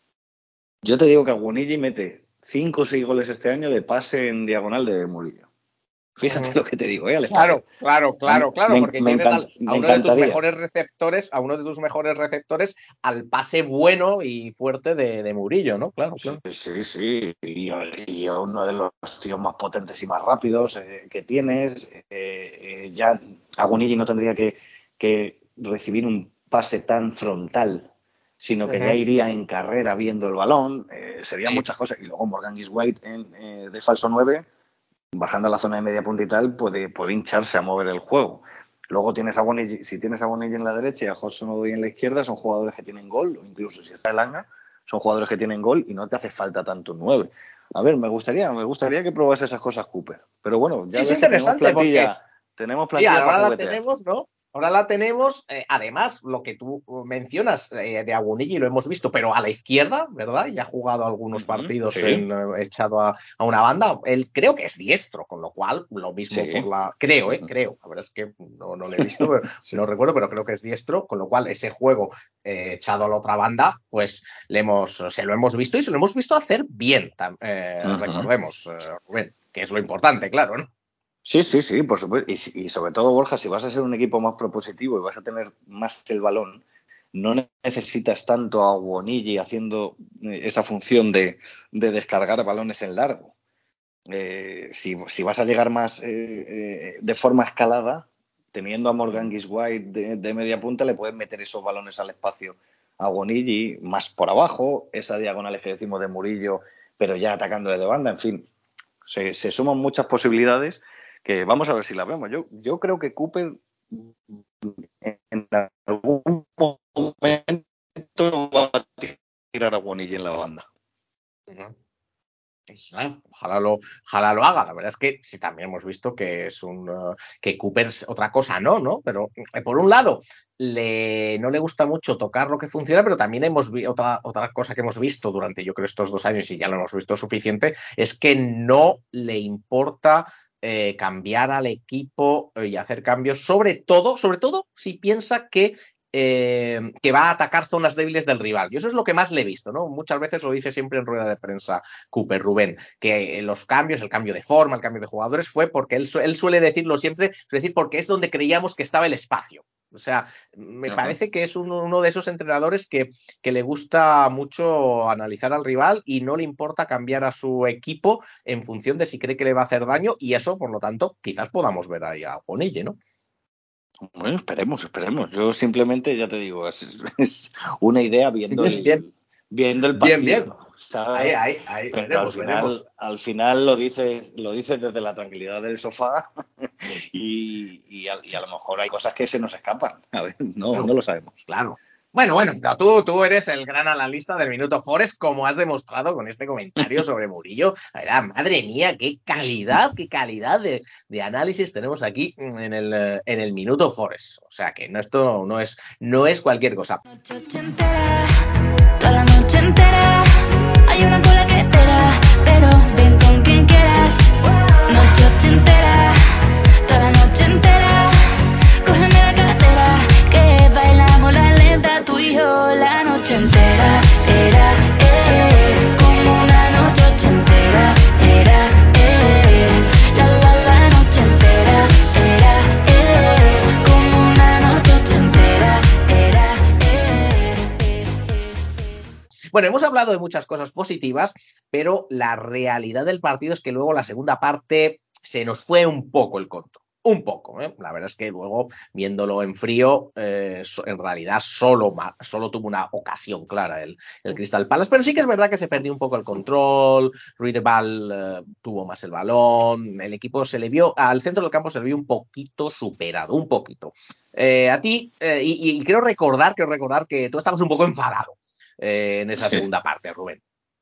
yo te digo que Aguonigi mete cinco o seis goles este año de pase en diagonal de Murillo. Fíjate Uh-huh. lo que te digo, ¿eh? Al espacio. Claro, claro, claro, claro, Me, porque me, tienes encant, al, a me uno de tus encantaría. mejores receptores, a uno de tus mejores receptores al pase bueno y fuerte de, de Murillo, ¿no? Claro, Sí, claro. sí, sí. Y, y uno de los tíos más potentes y más rápidos eh, que tienes. Eh, eh, ya Aguonigi no tendría que, que recibir un pase tan frontal, sino que ya Uh-huh. iría en carrera viendo el balón. Eh, serían Sí. muchas cosas. Y luego Morgan Giswade en, eh, de falso nueve, bajando a la zona de media punta y tal, puede, puede hincharse a mover el juego. Luego tienes a Bonilla, si tienes a Bonilla en la derecha y a Hudson Odoi en la izquierda, son jugadores que tienen gol, o incluso si está el Anga, son jugadores que tienen gol y no te hace falta tanto un nueve. A ver, me gustaría, me gustaría que probase esas cosas Cooper. Pero bueno, Sí, ya es ves que tenemos interesante porque plantilla, tenemos sí, plantilla para ahora la juguetear. tenemos, ¿no? Ahora la tenemos, eh, además, lo que tú mencionas eh, de Agunigi lo hemos visto, pero a la izquierda, ¿verdad? Ya ha jugado algunos Uh-huh, partidos en, sí, eh, echado a, a, una banda. Él creo que es diestro, con lo cual, lo mismo por sí. la. Creo, ¿eh? Uh-huh. Creo. La verdad es que no, no lo he visto, pero Sí. no recuerdo, pero creo que es diestro, con lo cual ese juego eh, echado a la otra banda, pues le hemos, se lo hemos visto y se lo hemos visto hacer bien, eh, Uh-huh. recordemos, eh, Rubén, que es lo importante, claro, ¿no? Sí, sí, sí, por supuesto. Y, y sobre todo, Borja, si vas a ser un equipo más propositivo y vas a tener más el balón, no necesitas tanto a Bonilli haciendo eh, esa función de, de descargar balones en largo. Eh, si, si, vas a llegar más eh, eh, de forma escalada, teniendo a Morgan Giswade de, de media punta, le puedes meter esos balones al espacio a Bonilli más por abajo, esa diagonales que decimos de Murillo, pero ya atacando desde banda, en fin, se, se suman muchas posibilidades que vamos a ver si las vemos. Yo, yo creo que Cooper en algún momento va a tirar a Bonilla en la banda. Uh-huh. Ojalá lo, ojalá lo haga. La verdad es que sí, también hemos visto que es un uh, que Cooper es otra cosa, no, ¿no? Pero eh, por un lado, le, no le gusta mucho tocar lo que funciona, pero también hemos visto otra, otra cosa que hemos visto durante, yo creo, estos dos años, y ya lo hemos visto suficiente, es que no le importa eh, cambiar al equipo y hacer cambios, sobre todo, sobre todo si piensa que Eh, que va a atacar zonas débiles del rival. Y eso es lo que más le he visto, ¿no? Muchas veces lo dice siempre en rueda de prensa Cooper, Rubén, que los cambios, el cambio de forma, el cambio de jugadores fue porque él, él suele decirlo siempre, es decir, porque es donde creíamos que estaba el espacio. O sea, me Ajá. parece que es un, uno de esos entrenadores que, que le gusta mucho analizar al rival y no le importa cambiar a su equipo en función de si cree que le va a hacer daño, y eso, por lo tanto, quizás podamos ver ahí a Bonille, ¿no? Bueno, esperemos, esperemos. Yo simplemente, ya te digo, es, es una idea viendo Bien, bien, el, viendo el bien, bien. partido, Ahí, ¿sabes? ahí, ahí, Pero al veremos, final, veremos. al final lo dices, lo dices desde la tranquilidad del sofá y, y, a, y a lo mejor hay cosas que se nos escapan. A ver, no, no Claro, lo sabemos. claro. Bueno, bueno, pero tú, tú eres el gran analista del Minuto Forest, como has demostrado con este comentario sobre Murillo. Verá, madre mía, qué calidad, qué calidad de, de análisis tenemos aquí en el, eh, en el Minuto Forest. O sea que no, esto no es, no es cualquier cosa. Noche entera, toda la noche entera, hay una cola que espera, pero ven con quien quieras. Noche entera, toda la noche entera, cógeme la cartera, que bailamos la lenta tú y yo la noche entera. Era, eh, como una noche entera, era, eh, la la la noche entera, era, eh, como una noche entera, era, eh, eh, eh. Bueno, hemos hablado de muchas cosas positivas, pero la realidad del partido es que luego la segunda parte se nos fue un poco el control. Un poco, ¿eh? La verdad es que luego, viéndolo en frío, eh, en realidad solo, solo tuvo una ocasión clara el, el Crystal Palace, pero sí que es verdad que se perdió un poco el control. Ruidebal eh, tuvo más el balón, el equipo se le vio, al centro del campo se le vio un poquito superado, un poquito. Eh, a ti, eh, y, y quiero recordar, quiero recordar que tú estabas un poco enfadado eh, en esa Sí, segunda parte, Rubén.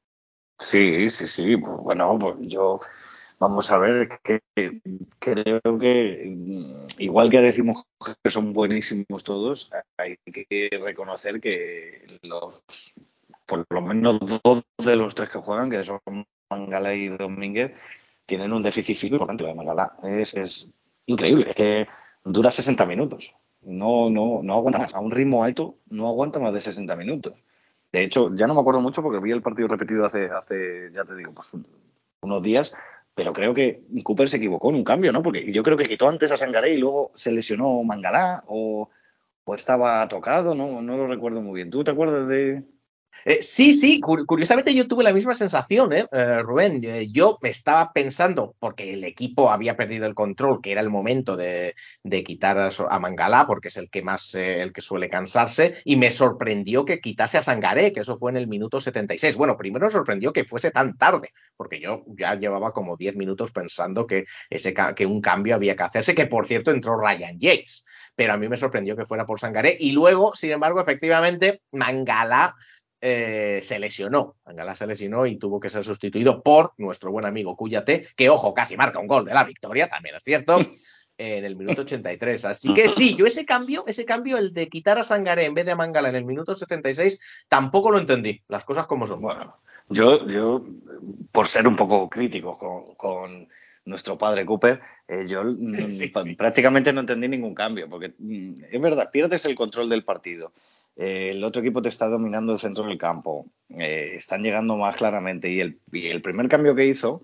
sí, sí, sí. Pues, bueno, pues yo, vamos a ver, que, que creo que mm, igual que decimos que son buenísimos todos, hay que reconocer que los, por lo menos dos de los tres que juegan, que son Mangala y Domínguez, tienen un déficit físico importante. Lo de Mangala es, es increíble, es que dura sesenta minutos. No, no, no aguanta más. A un ritmo alto no aguanta más de sesenta minutos. De hecho, ya no me acuerdo mucho porque vi el partido repetido hace, hace ya te digo, pues un- unos días, pero creo que Cooper se equivocó en un cambio, ¿no? Porque yo creo que quitó antes a Sangaré y luego se lesionó Mangalá o, o estaba tocado, no, no lo recuerdo muy bien. ¿Tú te acuerdas de...? Eh, sí, sí, curiosamente yo tuve la misma sensación, ¿eh? Eh, Rubén. Eh, yo me estaba pensando, porque el equipo había perdido el control, que era el momento de, de quitar a, a Mangalá, porque es el que más, eh, el que suele cansarse, y me sorprendió que quitase a Sangaré, que eso fue en el minuto setenta y seis. Bueno, primero me sorprendió que fuese tan tarde, porque yo ya llevaba como diez minutos pensando que, ese, que un cambio había que hacerse, que por cierto entró Ryan Yates, pero a mí me sorprendió que fuera por Sangaré, y luego, sin embargo, efectivamente, Mangalá Eh, se lesionó. Angalá se lesionó y tuvo que ser sustituido por nuestro buen amigo Cuyate, que, ojo, casi marca un gol de la victoria, también es cierto, en el minuto ochenta y tres. Así que sí, yo ese cambio, ese cambio, el de quitar a Sangaré en vez de a Mangala en el minuto setenta y seis, tampoco lo entendí, las cosas como son. Bueno, yo, yo por ser un poco crítico con, con nuestro padre Cooper, eh, yo Sí, mm, sí. prácticamente no entendí ningún cambio, porque mm, es verdad, pierdes el control del partido. Eh, el otro equipo te está dominando el centro del campo, eh, están llegando más claramente y el, y el primer cambio que hizo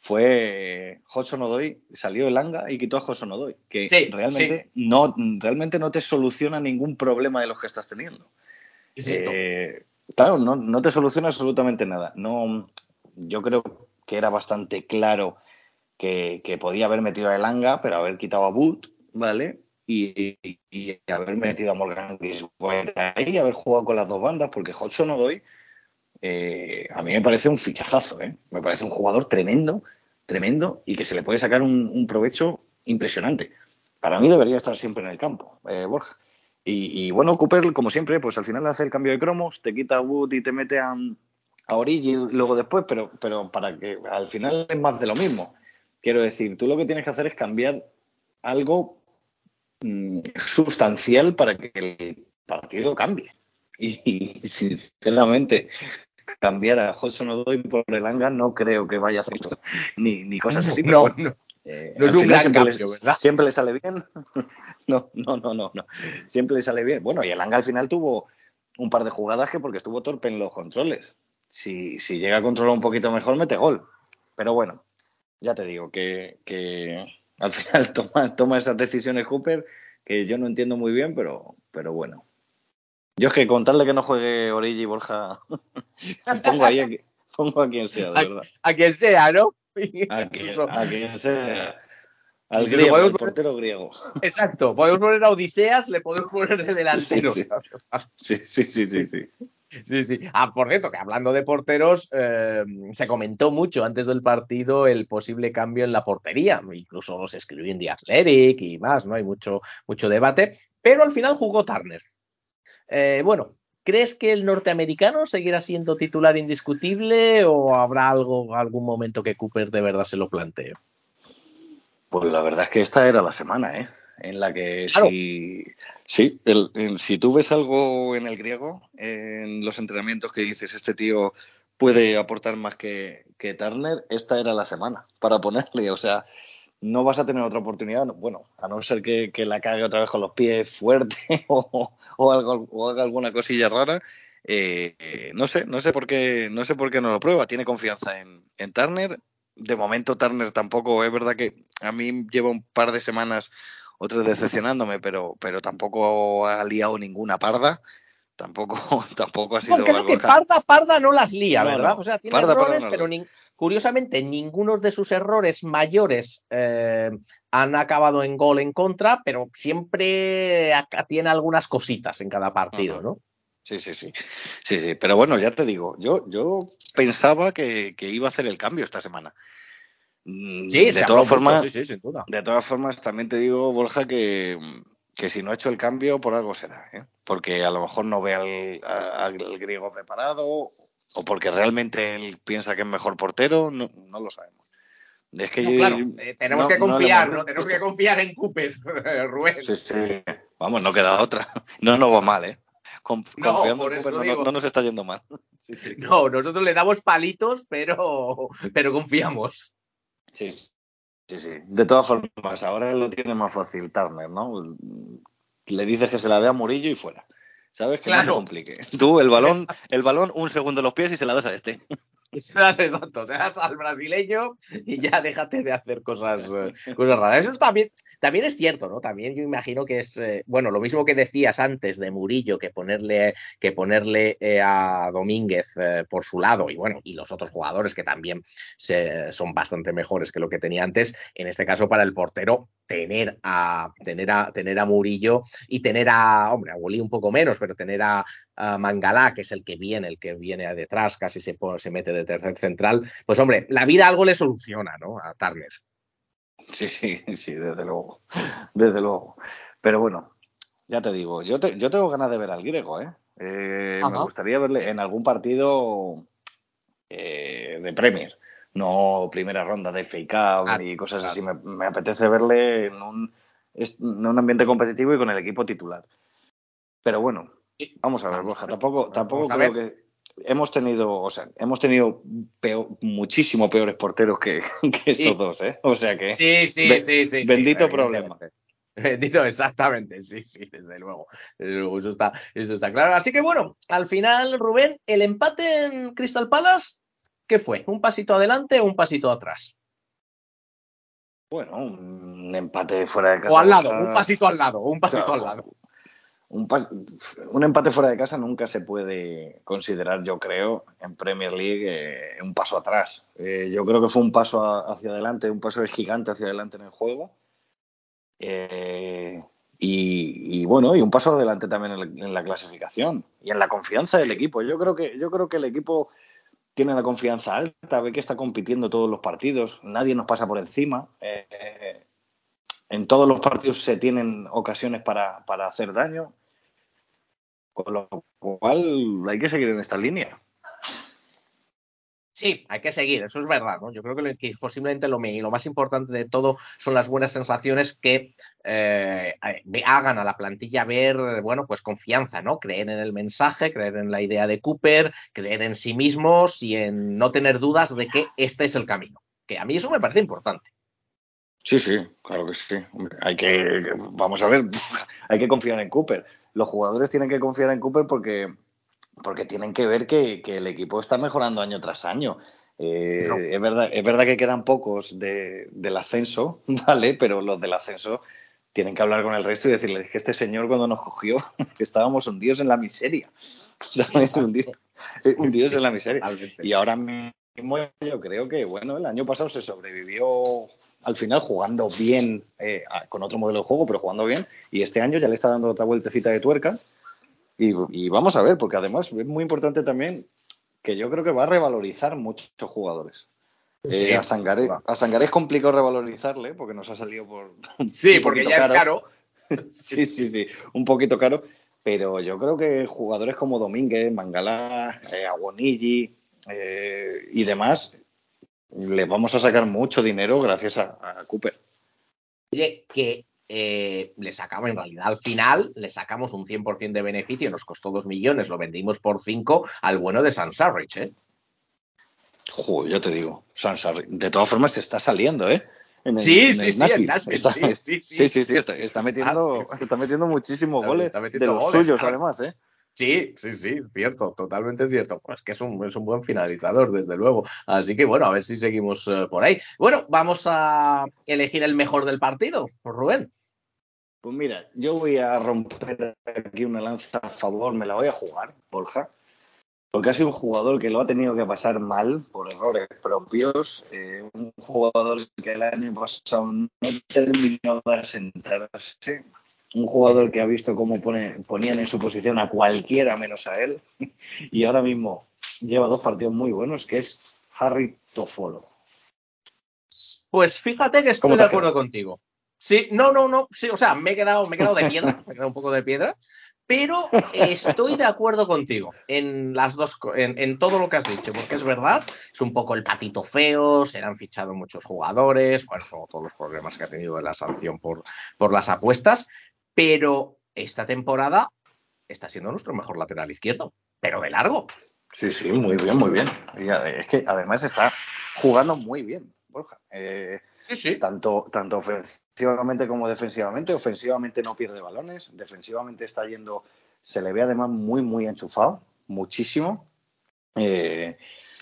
fue Hudson Odoi, salió el Anga y quitó a Hudson Odoi, que Sí, sí, realmente no, realmente no te soluciona ningún problema de los que estás teniendo. es cierto. Eh, claro, no, no te soluciona absolutamente nada. No, yo creo que era bastante claro que, que podía haber metido a Elanga, pero haber quitado a Boot, ¿vale? Y, y, y haber metido a Morgan Giswell ahí, haber jugado con las dos bandas, porque Hodgson Odoi eh, a mí me parece un fichajazo, ¿eh? Me parece un jugador tremendo, tremendo, y que se le puede sacar un, un provecho impresionante. Para mí debería estar siempre en el campo, eh, Borja. Y, y, bueno, Cooper, como siempre, pues al final hace el cambio de cromos, te quita a Wood y te mete a, a Origi luego después, pero, pero para que al final es más de lo mismo. Quiero decir, tú lo que tienes que hacer es cambiar algo mmm, sustancial para que el partido cambie. Y, y sinceramente, cambiar a Hudson Odoi por Elanga no creo que vaya a hacer esto, ni, ni cosas así, pero No, bueno. no, Eh, no es al un final gran siempre cambio, le, ¿verdad? siempre le sale bien. No, no, no, no, no. Siempre le sale bien. Bueno, y Elanga al final tuvo un par de jugadas que porque estuvo torpe en los controles. Si, si llega a controlar un poquito mejor, mete gol. Pero bueno, ya te digo que, que al final toma, toma esas decisiones Cooper que yo no entiendo muy bien, pero, pero bueno. Yo es que con tal de que no juegue Origi y Borja, pongo ahí a, qui- pongo a quien sea, de A, verdad. a quien sea, ¿no? A quien, Incluso, a quien sea. Al incluso griego, podemos al poner, portero griego. exacto, podemos poner a Odiseas, le podemos poner de Sí, delantero, sí. ¿sabes? Sí, sí, sí, sí, sí. Sí, sí. Ah, por cierto, que hablando de porteros, eh, se comentó mucho antes del partido el posible cambio en la portería. Incluso se escribió en The Athletic y más, ¿no? Hay mucho, mucho debate. Pero al final jugó Turner. Eh, bueno, ¿crees que el norteamericano seguirá siendo titular indiscutible o habrá algo, algún momento que Cooper de verdad se lo plantee? Pues la verdad es que esta era la semana, ¿eh? En la que Claro, si, sí, el, en, si tú ves algo en el griego, en los entrenamientos que dices, este tío puede aportar más que, que Turner, esta era la semana para ponerle. O sea, no vas a tener otra oportunidad, no, bueno, a no ser que, que la cague otra vez con los pies fuerte o, o, algo, o haga alguna cosilla rara. Eh, eh, no sé, no sé por qué, no sé por qué no lo prueba. Tiene confianza en, en Turner. De momento Turner tampoco, es verdad que a mí lleva un par de semanas otras decepcionándome, pero, pero tampoco ha liado ninguna parda. Tampoco, tampoco ha no, el sido caso es algo. que Parda, Parda no las lía, No, ¿verdad? O no, sea, tiene parda, parda errores, no pero la ni, curiosamente ninguno de sus errores mayores eh, han acabado en gol en contra, pero siempre acá tiene algunas cositas en cada partido, uh-huh. ¿no? Sí, sí, sí. Sí, sí. Pero bueno, ya te digo, yo, yo pensaba que, que iba a hacer el cambio esta semana. Mm, Sí, De se habló todas mucho, sí, formas, sí, sin duda. de todas formas, también te digo, Borja, que, que si no ha hecho el cambio, por algo será, ¿eh? Porque a lo mejor no ve al, a- al griego preparado, o porque realmente él piensa que es mejor portero, no, no lo sabemos. Es que No, yo- claro, eh, tenemos no, que no le hemos confiar, ¿no? Tenemos que visto. confiar en Cooper, Rubén. Sí, sí. Vamos, no queda otra. No nos va mal, ¿eh? Con- No, confiando en por Cooper eso no, no, no digo. nos está yendo mal. Sí, sí. No, nosotros le damos palitos, pero, pero confiamos. Sí, sí, sí. De todas formas, ahora lo tiene más fácil Turner, ¿no? Le dices que se la dé a Murillo y fuera. ¿Sabes? Que no se Claro. complique. Tú, el balón, el balón, un segundo en los pies y se la das a este. Se das, exacto, se das al brasileño y ya déjate de hacer cosas, eh, cosas raras. Eso también, también es cierto, ¿no? También yo imagino que es, eh, bueno, lo mismo que decías antes de Murillo, que ponerle, que ponerle eh, a Domínguez eh, por su lado, y bueno, y los otros jugadores que también se, son bastante mejores que lo que tenía antes, en este caso para el portero, tener a, tener a, tener a Murillo y tener a, hombre, a Willy un poco menos, pero tener a, a Mangalá, que es el que viene, el que viene detrás, casi se, se mete de tercer central, pues hombre, la vida algo le soluciona, ¿no? A Turner. Sí, sí, sí, desde luego. Desde luego. Pero bueno, ya te digo, yo, te, yo tengo ganas de ver al griego, ¿eh? Eh, me Ajá. gustaría verle en algún partido eh, de Premier, no primera ronda de F A Cup Claro, ni cosas así. claro. Me, me apetece verle en un, en un ambiente competitivo y con el equipo titular. Pero bueno, Y vamos a ver, vamos a Borja, ver, tampoco, vamos tampoco a creo ver. que hemos tenido, o sea, hemos tenido peor, muchísimo peores porteros que, que estos Sí, dos, ¿eh? O sea que, sí, sí, be, sí, sí, sí, bendito problema. evidentemente. Bendito, exactamente, sí, sí, desde luego. Desde luego, eso está, eso está claro. Así que bueno, al final, Rubén, el empate en Crystal Palace, ¿qué fue? ¿Un pasito adelante o un pasito atrás? Bueno, un empate fuera de O casa, al lado, un Borja. pasito al lado, un pasito al lado. Claro, un, pas- un empate fuera de casa nunca se puede considerar, yo creo, en Premier League eh, un paso atrás. Eh, yo creo que fue un paso a- hacia adelante, un paso gigante hacia adelante en el juego. Eh, y, y, bueno, y un paso adelante también en, la, en la clasificación y en la confianza del equipo. Yo creo que, yo creo que el equipo tiene la confianza alta, ve que está compitiendo todos los partidos, nadie nos pasa por encima. Eh, en todos los partidos se tienen ocasiones para, para hacer daño. Con lo cual hay que seguir en esta línea. Sí, hay que seguir, eso es verdad, ¿no? Yo creo que, lo, que posiblemente lo, lo más importante de todo son las buenas sensaciones que eh, hagan a la plantilla ver, bueno, pues confianza, ¿no? Creer en el mensaje, creer en la idea de Cooper, creer en sí mismos y en no tener dudas de que este es el camino. Que a mí eso me parece importante. Sí, sí, claro que sí. Hombre, hay que, vamos a ver, hay que confiar en Cooper. Los jugadores tienen que confiar en Cooper porque porque tienen que ver que, que el equipo está mejorando año tras año. Eh, No. es verdad, es verdad que quedan pocos de, del ascenso, ¿vale? Pero los del ascenso tienen que hablar con el resto y decirles que este señor cuando nos cogió estábamos hundidos en la miseria. ¿Sabes? Hundidos, hundidos sí, en la miseria. Totalmente. Y ahora mismo yo creo que, bueno, el año pasado se sobrevivió al final jugando bien, eh, con otro modelo de juego, pero jugando bien. Y este año ya le está dando otra vueltecita de tuerca. Y, y vamos a ver, porque además es muy importante también que yo creo que va a revalorizar muchos jugadores. Sí, eh, a, Sangaré, a Sangaré es complicado revalorizarle porque nos ha salido por sí, un porque ya caro. es caro. sí, sí, sí, un poquito caro. Pero yo creo que jugadores como Domínguez, Mangalá, eh, Aguonigi eh, y demás, les vamos a sacar mucho dinero gracias a, a Cooper. Oye, que eh, le sacamos, en realidad al final, le sacamos un cien por ciento de beneficio, nos costó dos millones, lo vendimos por cinco al bueno de Sansarrich, ¿eh? Joder, ya te digo, Sansarrich, de todas formas se está saliendo, ¿eh? En el, sí, en sí, el sí, Nashville. en Nashville, está, sí, sí, sí, sí, sí, está, está metiendo, está, sí, sí. está metiendo muchísimos goles, está metiendo de los goles, suyos claro. Además, ¿eh? Sí, sí, sí, cierto, totalmente cierto. Pues que es un, es un buen finalizador, desde luego. Así que bueno, a ver si seguimos uh, por ahí. Bueno, vamos a elegir el mejor del partido, Rubén. Pues mira, yo voy a romper aquí una lanza a favor, me la voy a jugar, Borja, porque ha sido un jugador que lo ha tenido que pasar mal por errores propios, eh, un jugador que el año pasado no terminó de asentarse, un jugador que ha visto cómo pone, ponían en su posición a cualquiera menos a él, y ahora mismo lleva dos partidos muy buenos, que es Harry Toffolo. Pues fíjate que estoy de acuerdo contigo. Sí, no, no, no, sí, o sea, me he quedado, me he quedado de piedra, me he quedado un poco de piedra, pero estoy de acuerdo contigo en las dos, en, en todo lo que has dicho, porque es verdad, es un poco el patito feo, se le han fichado muchos jugadores, bueno, como todos los problemas que ha tenido de la sanción por, por las apuestas, pero esta temporada está siendo nuestro mejor lateral izquierdo, pero de largo. Sí, sí, muy bien, muy bien. Y es que además está jugando muy bien, Borja. Eh, sí, sí. Tanto, tanto ofensivamente como defensivamente. Ofensivamente no pierde balones. Defensivamente está yendo, se le ve además muy, muy enchufado. Muchísimo. Eh,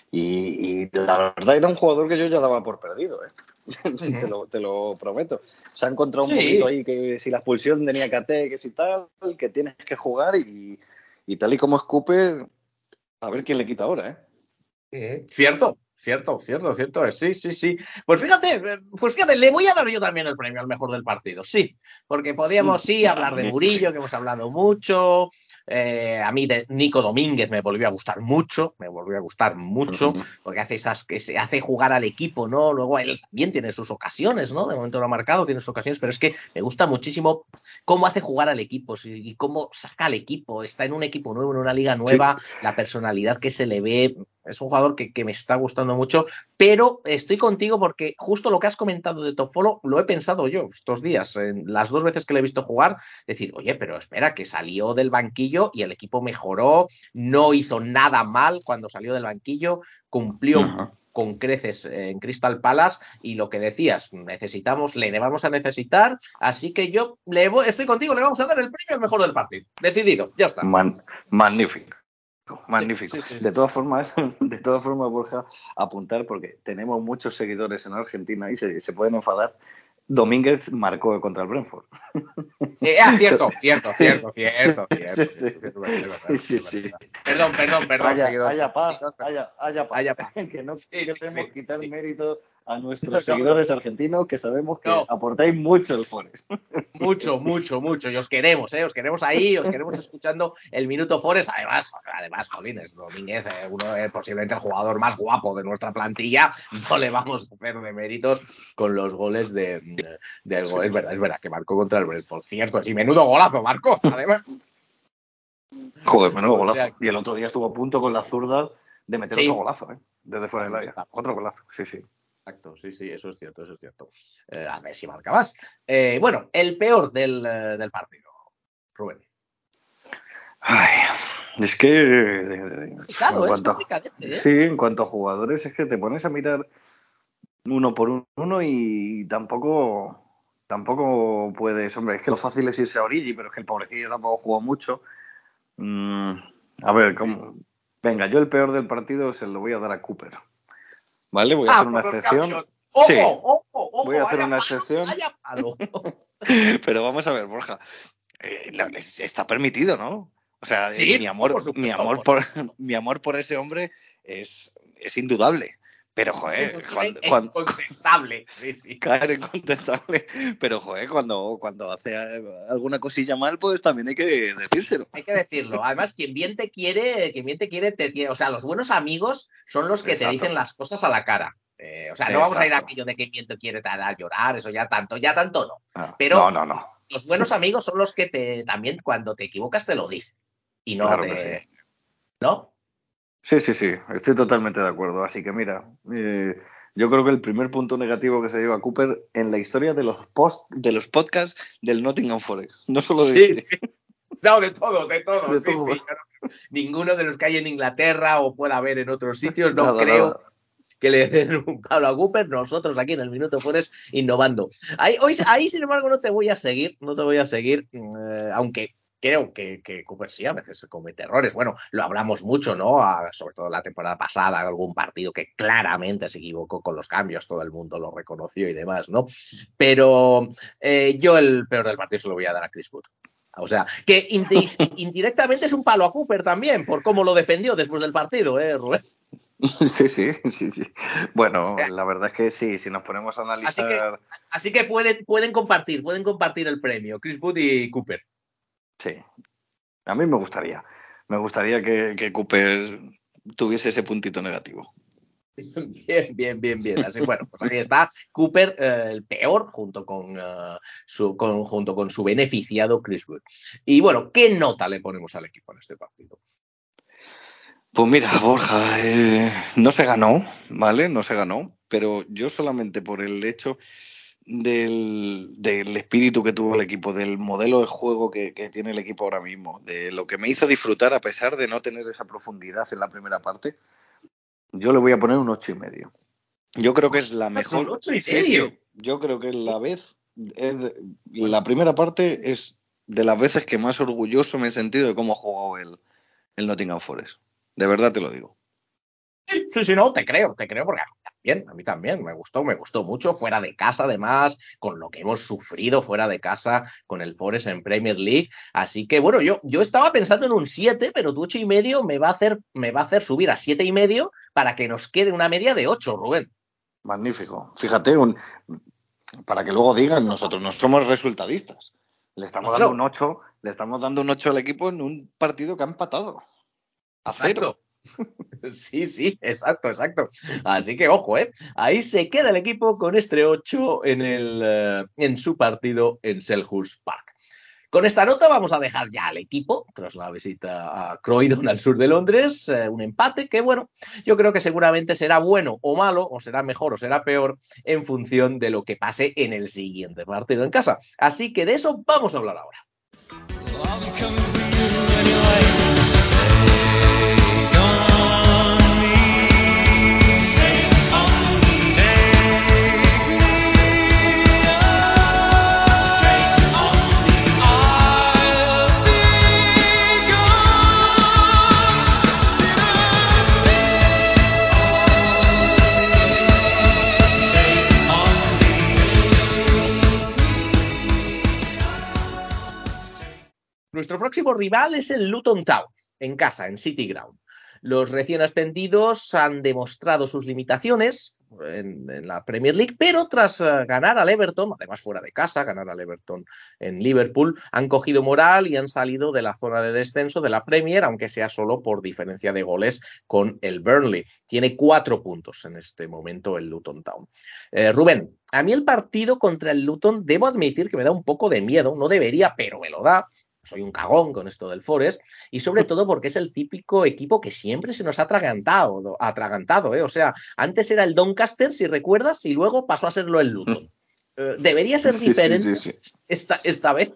y, y la verdad era un jugador que yo ya daba por perdido, ¿eh? Uh-huh. te, lo, te lo prometo. Se ha encontrado sí. un poquito ahí que si la expulsión de Niakate, que si tal, que tienes que jugar y, y tal y como es Cooper, a ver quién le quita ahora, ¿eh? Uh-huh. Cierto. Cierto, cierto, cierto, sí, sí, sí. Pues fíjate, pues fíjate, le voy a dar yo también el premio al mejor del partido, sí, porque podíamos, sí, hablar de Murillo, que hemos hablado mucho, eh, a mí de Nico Domínguez me volvió a gustar mucho, me volvió a gustar mucho, porque hace esas, que se hace jugar al equipo, ¿no? Luego él también tiene sus ocasiones, ¿no? De momento lo ha marcado, tiene sus ocasiones, pero es que me gusta muchísimo cómo hace jugar al equipo y cómo saca al equipo, está en un equipo nuevo, en una liga nueva, sí. La personalidad que se le ve, es un jugador que, que me está gustando mucho, pero estoy contigo porque justo lo que has comentado de Toffolo lo he pensado yo estos días, en las dos veces que le he visto jugar, decir, oye, pero espera, que salió del banquillo y el equipo mejoró, no hizo nada mal cuando salió del banquillo, cumplió uh-huh. con creces en Crystal Palace y lo que decías, necesitamos, le vamos a necesitar, así que yo le voy, estoy contigo, le vamos a dar el premio al mejor del partido, decidido, ya está. Man, magnífico. Magnífico. Sí, sí, sí. De todas formas, de todas formas, Borja, apuntar, porque tenemos muchos seguidores en Argentina y se, se pueden enfadar. Domínguez marcó contra el Brentford. Eh, ah, cierto, cierto, cierto, cierto, cierto, cierto, Perdón, perdón, perdón. Haya, haya paz, haya, haya paz. Haya paz. Que no sí, queremos sí, quitar sí. mérito a nuestros no, seguidores no, argentinos, que sabemos que no. aportáis mucho el Forest. Mucho, mucho, mucho. Y os queremos, ¿eh? Os queremos ahí, os queremos escuchando el Minuto Forest. Además, además, Jolines, Domínguez, eh, uno eh, posiblemente el jugador más guapo de nuestra plantilla. No le vamos a hacer de méritos con los goles de, de, de sí. Es verdad, es verdad, que marcó contra el Brentford. Cierto, sí, menudo golazo marcó, además. Joder, menudo golazo. Y el otro día estuvo a punto con la zurda de meter Sí. otro golazo, ¿eh? Desde fuera del área. Otro golazo, sí, sí. Exacto, sí, sí, eso es cierto, eso es cierto. Eh, a ver si marca más. Eh, bueno, el peor del, eh, del partido, Rubén. Ay, es que eh, Complicado, en ¿eh? Es cuanto a, complicadete, ¿eh? sí, en cuanto a jugadores es que te pones a mirar uno por uno y tampoco tampoco puedes, hombre, es que lo fácil es irse a Origi, pero es que el pobrecillo tampoco jugó mucho. Mm, a ver, ¿cómo? Venga, yo el peor del partido se lo voy a dar a Cooper. ¿Vale? Voy a Ah, hacer una por los excepción. cambios. Sí, ¡Ojo, ojo, ojo! voy a hacer Vaya una palo, excepción. vaya palo. Pero vamos a ver, Borja. eh, la- es- está permitido, ¿no? O sea, eh, Sí, mi no, amor, por mi supuesto, amor por por, mi amor por ese hombre es, es indudable. Pero, Es joder, indudable cuando, e cuando incontestable. Sí, sí. caer incontestable, pero, joder, cuando, cuando hace eh, alguna cosilla mal, pues también hay que decírselo. Hay que decirlo. Además, quien bien te quiere, quien bien te quiere, te tiene. O sea, los buenos amigos son los que te Exacto. dicen las cosas a la cara. Eh, o sea, no vamos a ir a Exacto. aquello de quien bien te quiere te hará llorar, eso ya tanto, ya tanto no. Ah, Pero no, no, no. los buenos amigos son los que te también cuando te equivocas te lo dicen. Y no Claro que sí. te. ¿No? Sí, sí, sí, estoy totalmente de acuerdo. Así que mira, eh, yo creo que el primer punto negativo que se lleva Cooper en la historia de los post, de los podcasts del Nottingham Forest, no solo de Sí, este, sí. No, de todos, de todos. de Sí, todo. sí. Yo no- ninguno de los que hay en Inglaterra o pueda haber en otros sitios, no Nada, creo nada. que le den un palo a Cooper, nosotros aquí en el Minuto Forest innovando. Ahí, hoy, ahí, sin embargo, no te voy a seguir, no te voy a seguir, eh, aunque creo que, que Cooper sí a veces comete errores. Bueno, lo hablamos mucho, ¿no? A, sobre todo la temporada pasada, algún partido que claramente se equivocó con los cambios, todo el mundo lo reconoció y demás, ¿no? Pero eh, yo el peor del partido se lo voy a dar a Chris Wood. O sea, que indirectamente es un palo a Cooper también, por cómo lo defendió después del partido, ¿eh, Rubén? Sí, sí, sí, sí. Bueno, O sea, la verdad es que sí, si nos ponemos a así que, analizar, así que pueden, pueden compartir, pueden compartir el premio, Chris Wood y Cooper. sí, a mí me gustaría, me gustaría que, que Cooper tuviese ese puntito negativo. Bien, bien, bien, bien. Así bueno, pues ahí está Cooper, eh, el peor, junto con, uh, su, con, junto con su beneficiado Chris Wood. Y bueno, ¿qué nota le ponemos al equipo en este partido? Pues mira, Borja, eh, no se ganó, ¿vale? No se ganó, pero yo solamente por el hecho del, del espíritu que tuvo el equipo, del modelo de juego que, que tiene el equipo ahora mismo, de lo que me hizo disfrutar a pesar de no tener esa profundidad en la primera parte, yo le voy a poner un ocho y medio. Yo creo que es la Es un mejor. ocho y Sí, medio. sí. Yo creo que la vez es de- la primera parte es de las veces que más orgulloso me he sentido de cómo ha jugado el, el Nottingham Forest. De verdad te lo digo. Sí, sí, sí, no, te creo, te creo, porque a mí también, a mí también, me gustó, me gustó mucho, fuera de casa además, con lo que hemos sufrido fuera de casa con el Forest en Premier League, así que bueno, yo, yo estaba pensando en un siete, pero tu ocho y medio me va a hacer, me va a hacer subir a siete y medio para que nos quede una media de ocho, Rubén. Magnífico. Fíjate, un, para que luego digan, nosotros no somos resultadistas. Le estamos dando un Claro, ocho, le estamos dando un ocho al equipo en un partido que ha empatado. A cero. exacto. Sí, sí, exacto, exacto. Así que ojo, ¿eh? Ahí se queda el equipo con este ocho en, el, uh, en su partido en Selhurst Park. Con esta nota vamos a dejar ya al equipo, tras la visita a Croydon al sur de Londres, eh, un empate que, bueno, yo creo que seguramente será bueno o malo, o será mejor o será peor, en función de lo que pase en el siguiente partido en casa. Así que de eso vamos a hablar ahora. Nuestro próximo rival es el Luton Town, en casa, en City Ground. Los recién ascendidos han demostrado sus limitaciones en, en la Premier League, pero tras uh, ganar al Everton, además fuera de casa, ganar al Everton en Liverpool, han cogido moral y han salido de la zona de descenso de la Premier, aunque sea solo por diferencia de goles con el Burnley. Tiene cuatro puntos en este momento el Luton Town. Eh, Rubén, a mí el partido contra el Luton, debo admitir que me da un poco de miedo, no debería, pero me lo da, soy un cagón con esto del Forest, y sobre todo porque es el típico equipo que siempre se nos ha atragantado, atragantado, ¿eh? O sea, antes era el Doncaster, si recuerdas, y luego pasó a serlo el Luton. Eh, ¿Debería ser Sí, sí, diferente sí, sí. esta, esta vez?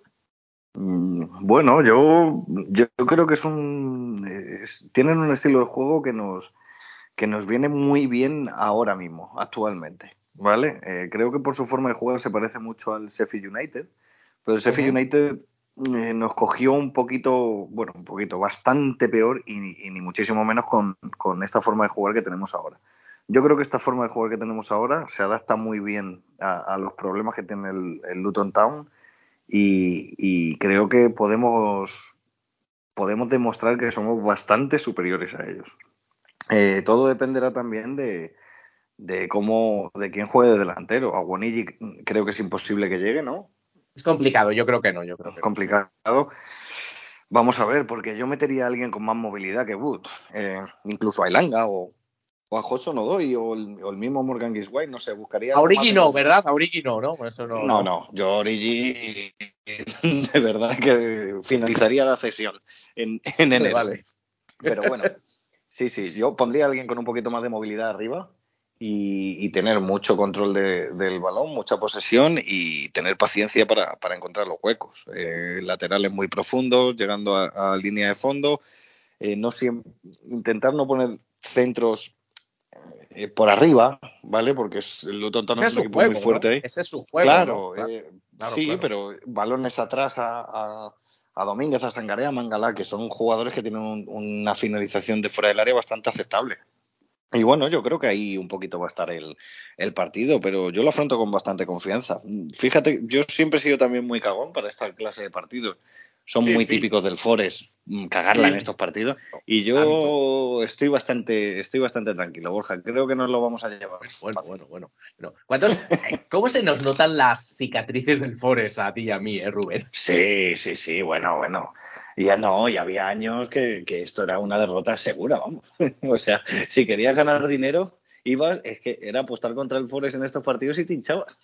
Bueno, yo, yo creo que es un es- tienen un estilo de juego que nos que nos viene muy bien ahora mismo, actualmente, ¿vale? Eh, creo que por su forma de jugar se parece mucho al Sheffield United, pero el Sheffield Uh-huh. United eh, nos cogió un poquito, bueno, un poquito, bastante peor y, ni- y ni muchísimo menos con, con esta forma de jugar que tenemos ahora. Yo creo que esta forma de jugar que tenemos ahora se adapta muy bien a, a los problemas que tiene el, el Luton Town y, y creo que podemos, podemos demostrar que somos bastante superiores a ellos. Eh, todo dependerá también de, de cómo, de quién juegue de delantero. A Wonigi creo que es imposible que llegue, ¿no? Es complicado, yo creo que no, yo creo Es que no. complicado. Vamos a ver, porque yo metería a alguien con más movilidad que Wood, eh, incluso a Elanga o, o a Hudson Odoi o el, o el mismo Morgan Gisway, no sé, buscaría A algo más Origi de no, movilidad. ¿verdad? A Origi no, ¿no? Eso no, No, no. no, yo Origi de verdad que finalizaría la cesión en, en Vale, enero. vale. Pero bueno, sí, sí, yo pondría a alguien con un poquito más de movilidad arriba y, y tener mucho control de, del balón, mucha posesión y tener paciencia para, para encontrar los huecos. Eh, laterales muy profundos, llegando a, a línea de fondo. Eh, no siempre, intentar no poner centros eh, por arriba, ¿vale? Porque es, el Luton Town Ese es es un su equipo muy juego, ¿no? fuerte ahí. Ese es su juego, ¿no? Claro, Claro, eh, claro, sí, claro. pero balones atrás a, a, a Domínguez, a Sangaré, a Mangala, que son jugadores que tienen un, una finalización de fuera del área bastante aceptable. Y bueno, yo creo que ahí un poquito va a estar el, el partido, pero yo lo afronto con bastante confianza. Fíjate, yo siempre he sido también muy cagón para esta clase de partidos. Son Sí, muy sí, típicos del Forest mm, cagarla en sí. estos partidos y Tanto. yo estoy bastante, estoy bastante tranquilo, Borja. Creo que nos lo vamos a llevar Bueno, fácil. bueno, bueno. bueno. ¿Cuántos, eh, ¿Cómo se nos notan las cicatrices del Forest a ti y a mí, eh, Rubén? Sí, sí, sí, bueno, bueno. Ya no, ya había años que, que esto era una derrota segura, vamos. O sea, si querías ganar dinero, ibas, es que era apostar contra el Forest en estos partidos y te hinchabas.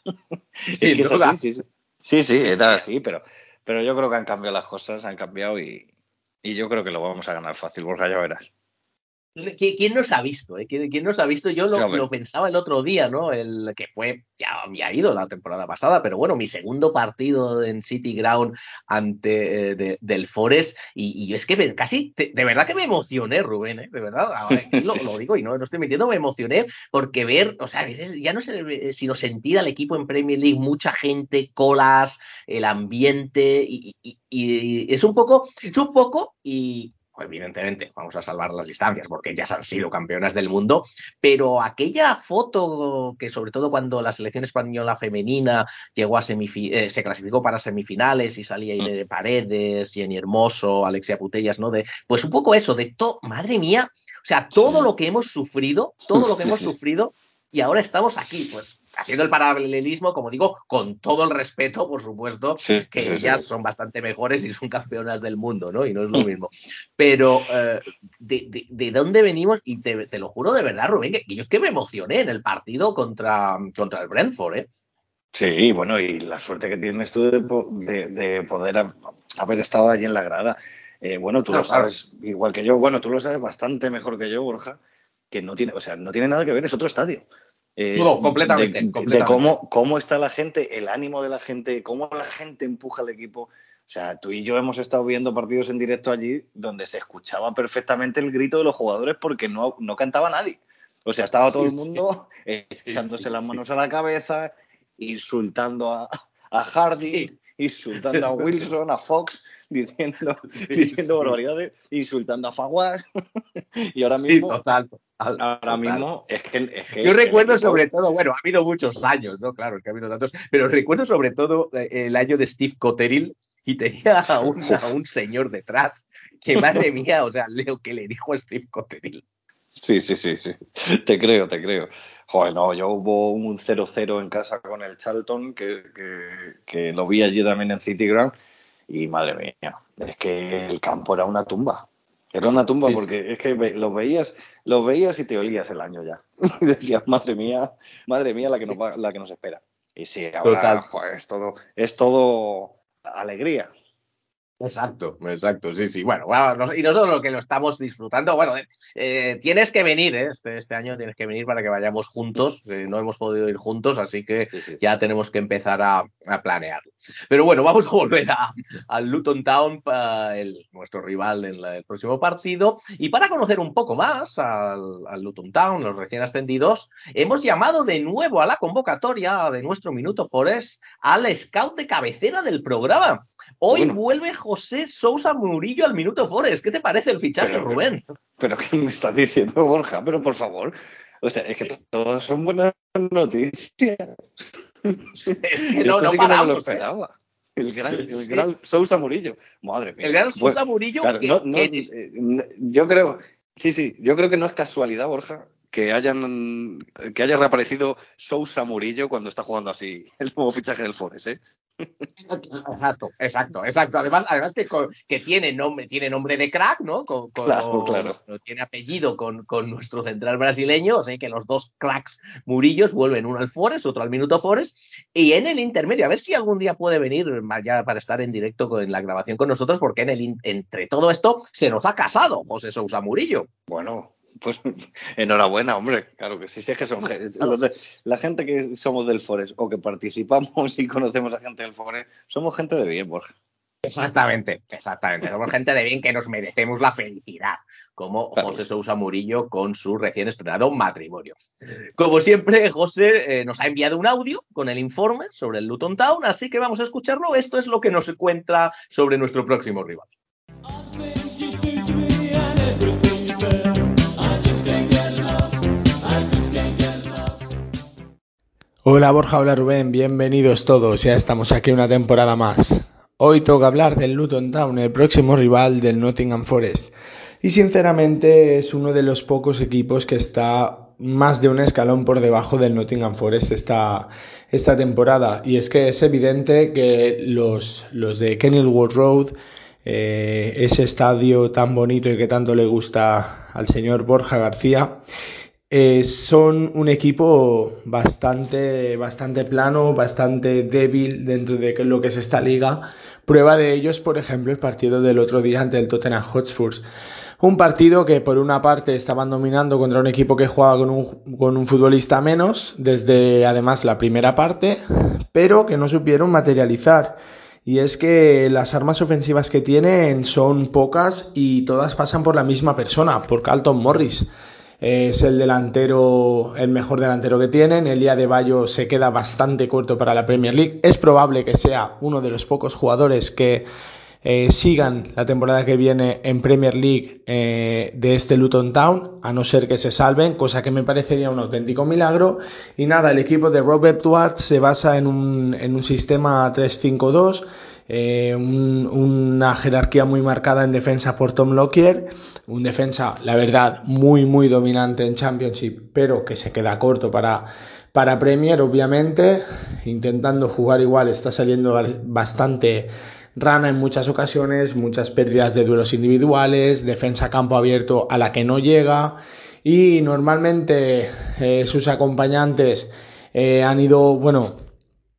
Es Sin que es así, duda. sí, sí. Sí, sí, Sí, era sí. así, pero, pero yo creo que han cambiado las cosas, han cambiado y, y yo creo que lo vamos a ganar fácil, Borja, ya verás. ¿Qui- ¿Quién nos ha visto? Eh? ¿Quién, quién nos ha visto? Yo Sí, lo, hombre. lo pensaba el otro día, ¿no? El que fue, ya había ido la temporada pasada, pero bueno, mi segundo partido en City Ground ante eh, de, del Forest, y, y yo es que me, casi, te, de verdad que me emocioné, Rubén, ¿eh? De verdad, aquí lo, Sí, lo sí. digo y no, no estoy mintiendo, me emocioné porque ver, o sea, ya no sé eh, sino sentir al equipo en Premier League, mucha gente, colas, el ambiente, y, y, y, y es un poco, es un poco, y evidentemente vamos a salvar las distancias porque ya han sido campeonas del mundo, pero aquella foto que sobre todo cuando la selección española femenina llegó a semifi eh, se clasificó para semifinales y salía Irene Paredes, Jenny Hermoso, Alexia Putellas, ¿no? De, pues un poco eso, de todo, madre mía, o sea, todo Sí, lo que hemos sufrido, todo lo que sí, hemos sí. sufrido y ahora estamos aquí, pues haciendo el paralelismo, como digo, con todo el respeto, por supuesto, Sí, que sí, ellas sí. son bastante mejores y son campeonas del mundo, ¿no? Y no es lo mismo. Pero eh, de, de, de, dónde venimos, y te, te, lo juro de verdad, Rubén, que, que yo es que me emocioné en el partido contra, contra el Brentford, ¿eh? Sí, bueno, y la suerte que tienes tú de, po- de- de poder ha- haber estado allí en la grada. Eh, bueno, tú lo Claro, claro. sabes igual que yo, bueno, tú lo sabes bastante mejor que yo, Borja, que no tiene, o sea, no tiene nada que ver, es otro estadio. Eh, No, de, completamente, de- de completamente. cómo, cómo está la gente, el ánimo de la gente, cómo la gente empuja al equipo. O sea, tú y yo hemos estado viendo partidos en directo allí donde se escuchaba perfectamente el grito de los jugadores porque no, no cantaba nadie. O sea, estaba todo Sí, el sí, mundo sí, echándose sí, las sí, manos a sí. la cabeza, insultando a, a Harding, Sí, insultando a Wilson, a Fox, diciendo, sí, diciendo sí, barbaridades, insultando a Faguas. Y ahora sí, mismo, total, total, ahora total. mismo es que, es Yo que el recuerdo sobre equipo. todo, bueno, ha habido muchos años, ¿no? Claro, es que ha habido tantos, pero recuerdo sobre todo eh, el año de Steve Cotterill y tenía a un, a Uf, un señor detrás que, madre mía, o sea, lo que le dijo a Steve Cotterill. sí, sí, sí, sí. Te creo, te creo. Joder, no, yo hubo un cero cero en casa con el Charlton, que, que, que lo vi allí también en City Ground, y madre mía, es que el campo era una tumba. Era una tumba Sí, sí. porque es que ve- los veías, los veías y te olías el año ya. Y decías, madre mía, madre mía la que Sí, nos va, sí. la que nos espera. Y sí, ahora, Total. joder, es todo, es todo alegría. Exacto, exacto, sí, sí. Bueno, bueno nos, y nosotros lo que lo estamos disfrutando, bueno, eh, tienes que venir, ¿eh? este, este año tienes que venir para que vayamos juntos, eh, no hemos podido ir juntos, así que Sí, sí. ya tenemos que empezar a, a planearlo. Pero bueno, vamos a volver al Luton Town, pa el, nuestro rival en la, el próximo partido, y para conocer un poco más al, al Luton Town, los recién ascendidos, hemos llamado de nuevo a la convocatoria de nuestro Minuto Forest al scout de cabecera del programa. Hoy Bueno, vuelve José Sousa Murillo al Minuto Forest. ¿Qué te parece el fichaje, pero, Rubén? pero ¿qué me estás diciendo, Borja? Pero por favor. O sea, es que todas son buenas noticias. Es que no, Esto no sí que no me lo paramos, ¿eh? esperaba. El gran, el Sí. gran Sousa Murillo. Madre El mía. gran Pues, Sousa Murillo claro, que, no, no, que... eh, no, yo creo, sí, sí, yo creo que no es casualidad, Borja, que hayan, que haya reaparecido Sousa Murillo cuando está jugando así el nuevo fichaje del Forest, ¿eh? Exacto, exacto, exacto. Además, además que, que tiene nombre, tiene nombre de crack, ¿no? Con, Claro, con, claro. tiene apellido con, con nuestro central brasileño, o sea que los dos cracks Murillos vuelven, uno al Forest, otro al Minuto Forest, y en el intermedio, a ver si algún día puede venir ya para estar en directo con la grabación con nosotros, porque en el entre todo esto se nos ha casado José Sousa Murillo. Bueno, pues enhorabuena, hombre. Claro que sí, sí es que son Claro. los de, la gente que somos del Forest o que participamos y conocemos a gente del Forest, somos gente de bien, Borja. Exactamente, exactamente. Somos gente de bien que nos merecemos la felicidad, como Claro José que sí. Sousa Murillo con su recién estrenado matrimonio. Como siempre, José eh, nos ha enviado un audio con el informe sobre el Luton Town, así que vamos a escucharlo. Esto es lo que nos cuenta sobre nuestro próximo rival. Hola Borja, hola Rubén, bienvenidos todos, ya estamos aquí una temporada más. Hoy toca hablar del Luton Town, el próximo rival del Nottingham Forest. Y sinceramente es uno de los pocos equipos que está más de un escalón por debajo del Nottingham Forest esta, esta temporada. Y es que es evidente que los, los de Kenilworth Road, eh, ese estadio tan bonito y que tanto le gusta al señor Borja García, Eh, son un equipo bastante, bastante plano, bastante débil dentro de lo que es esta liga. Prueba de ello es, por ejemplo, el partido del otro día ante el Tottenham Hotspur. Un partido que por una parte estaban dominando contra un equipo que jugaba con un, con un futbolista menos, desde además la primera parte, pero que no supieron materializar. Y es que las armas ofensivas que tienen son pocas y todas pasan por la misma persona, por Carlton Morris. Es el delantero, el mejor delantero que tienen. Elie Adebayo se queda bastante corto para la Premier League. Es probable que sea uno de los pocos jugadores que eh, sigan la temporada que viene en Premier League eh, de este Luton Town, a no ser que se salven, cosa que me parecería un auténtico milagro. Y nada, el equipo de Robert Edwards se basa en un, en un sistema tres cinco dos. Eh, un, una jerarquía muy marcada en defensa por Tom Lockyer, un defensa, la verdad, muy muy dominante en Championship, pero que se queda corto para, para Premier, obviamente, intentando jugar igual, está saliendo bastante rana en muchas ocasiones, muchas pérdidas de duelos individuales, defensa a campo abierto a la que no llega, y normalmente eh, sus acompañantes eh, han ido, bueno,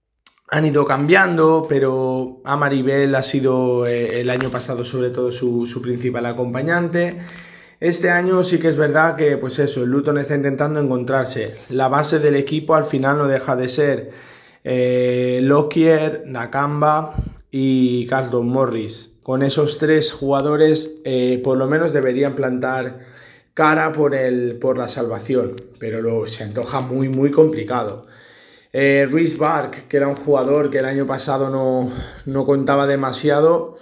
han ido cambiando, pero Amaribel ha sido eh, el año pasado sobre todo su, su principal acompañante. Este año sí que es verdad que, pues eso, el Luton está intentando encontrarse. La base del equipo al final no deja de ser eh, Lockyer, Nakamba y Carlton Morris. Con esos tres jugadores eh, por lo menos deberían plantar cara por, el, por la salvación, pero lo, se antoja muy muy complicado. Eh, Rhys Bark, que era un jugador que el año pasado no, no contaba demasiado,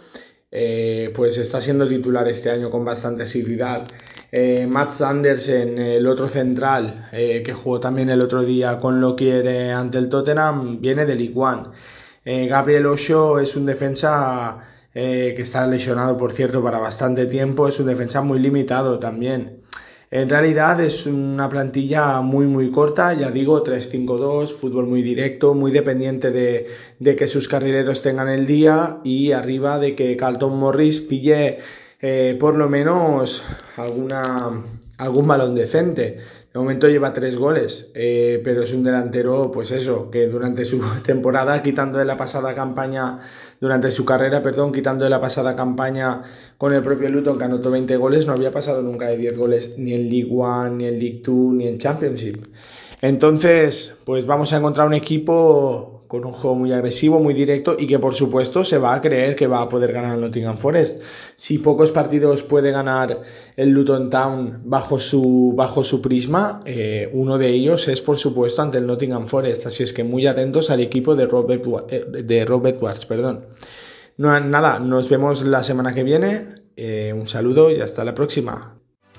eh, pues está siendo titular este año con bastante asiduidad. Eh, Matt Sanderson, el otro central, eh, que jugó también el otro día con Lockyer eh, ante el Tottenham, viene de League One. Eh, Gabriel Osho es un defensa eh, que está lesionado, por cierto, para bastante tiempo, es un defensa muy limitado también. En realidad es una plantilla muy muy corta, ya digo, tres cinco dos, fútbol muy directo, muy dependiente de, de que sus carrileros tengan el día y arriba de que Carlton Morris pille eh, por lo menos alguna, algún balón decente. De momento lleva tres goles, eh, pero es un delantero, pues eso, que durante su temporada, quitando de la pasada campaña durante su carrera, perdón, quitando la pasada campaña con el propio Luton, que anotó veinte goles, no había pasado nunca de diez goles, ni en League One, ni en League Two, ni en Championship. Entonces, pues vamos a encontrar un equipo con un juego muy agresivo, muy directo y que por supuesto se va a creer que va a poder ganar el Nottingham Forest. Si pocos partidos puede ganar el Luton Town bajo su, bajo su prisma, eh, uno de ellos es por supuesto ante el Nottingham Forest, así es que muy atentos al equipo de Rob, Edwards, de Rob Edwards, perdón. No, nada, nos vemos la semana que viene, eh, un saludo y hasta la próxima.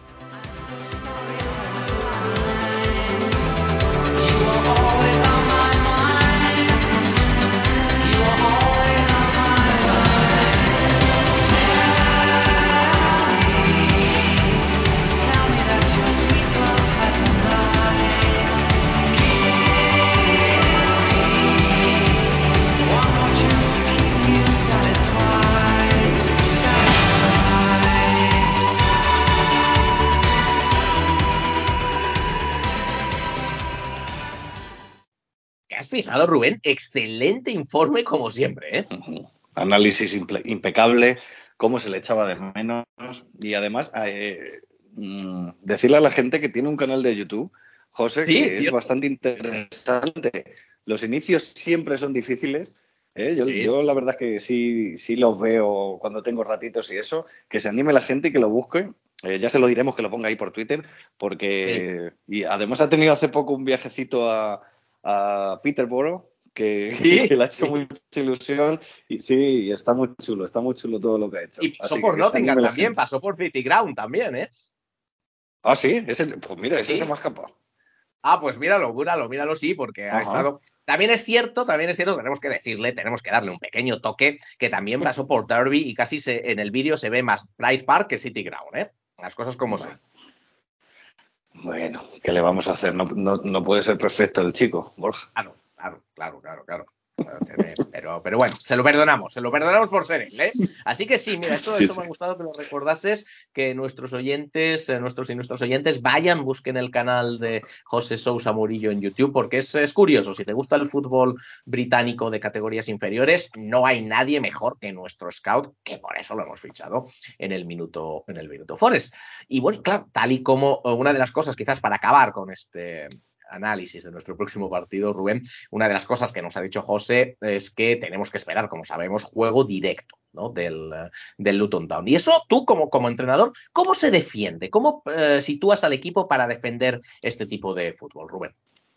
Has fijado, Rubén, excelente informe como siempre, ¿eh? Uh-huh. Análisis impe- impecable, cómo se le echaba de menos y además eh, mm, decirle a la gente que tiene un canal de YouTube, José, Sí, que es cierto. bastante interesante. Los inicios siempre son difíciles. ¿eh? Yo, Sí. yo la verdad es que sí, sí los veo cuando tengo ratitos y eso, que se anime la gente y que lo busque. Eh, ya se lo diremos que lo ponga ahí por Twitter, porque Sí. y además ha tenido hace poco un viajecito a, a Peterborough, que, Sí, que le ha hecho sí. mucha ilusión y sí, está muy chulo, está muy chulo todo lo que ha hecho. Y pasó Así que por que se Nottingham anime la también, gente. pasó por City Ground también, ¿eh? Ah, sí, ese, pues mira, ese se me Sí. ha escapado. Ah, pues míralo, míralo, míralo, sí, porque ha Ajá. estado. También es cierto, también es cierto, tenemos que decirle, tenemos que darle un pequeño toque, que también pasó por Derby y casi se, en el vídeo se ve más Pride Park que City Ground, ¿eh? Las cosas como Bueno, son. bueno, ¿qué le vamos a hacer? No, no, no puede ser perfecto el chico, Borja. Claro, claro, claro, claro, claro. Pero, pero bueno, se lo perdonamos, se lo perdonamos por ser él, ¿eh? Así que sí, mira, esto, Sí, esto sí. me ha gustado que lo recordases, que nuestros oyentes, eh, nuestros y nuestros oyentes vayan, busquen el canal de José Sousa Murillo en YouTube, porque es, es curioso, si te gusta el fútbol británico de categorías inferiores, no hay nadie mejor que nuestro scout, que por eso lo hemos fichado en el Minuto, en el Minuto Forest. Y bueno, claro, tal y como una de las cosas, quizás para acabar con este análisis de nuestro próximo partido, Rubén, una de las cosas que nos ha dicho José es que tenemos que esperar, como sabemos, juego directo, ¿no? del, del Luton Town. Y eso tú, como, como entrenador, ¿cómo se defiende? ¿Cómo eh, sitúas al equipo para defender este tipo de fútbol, Rubén?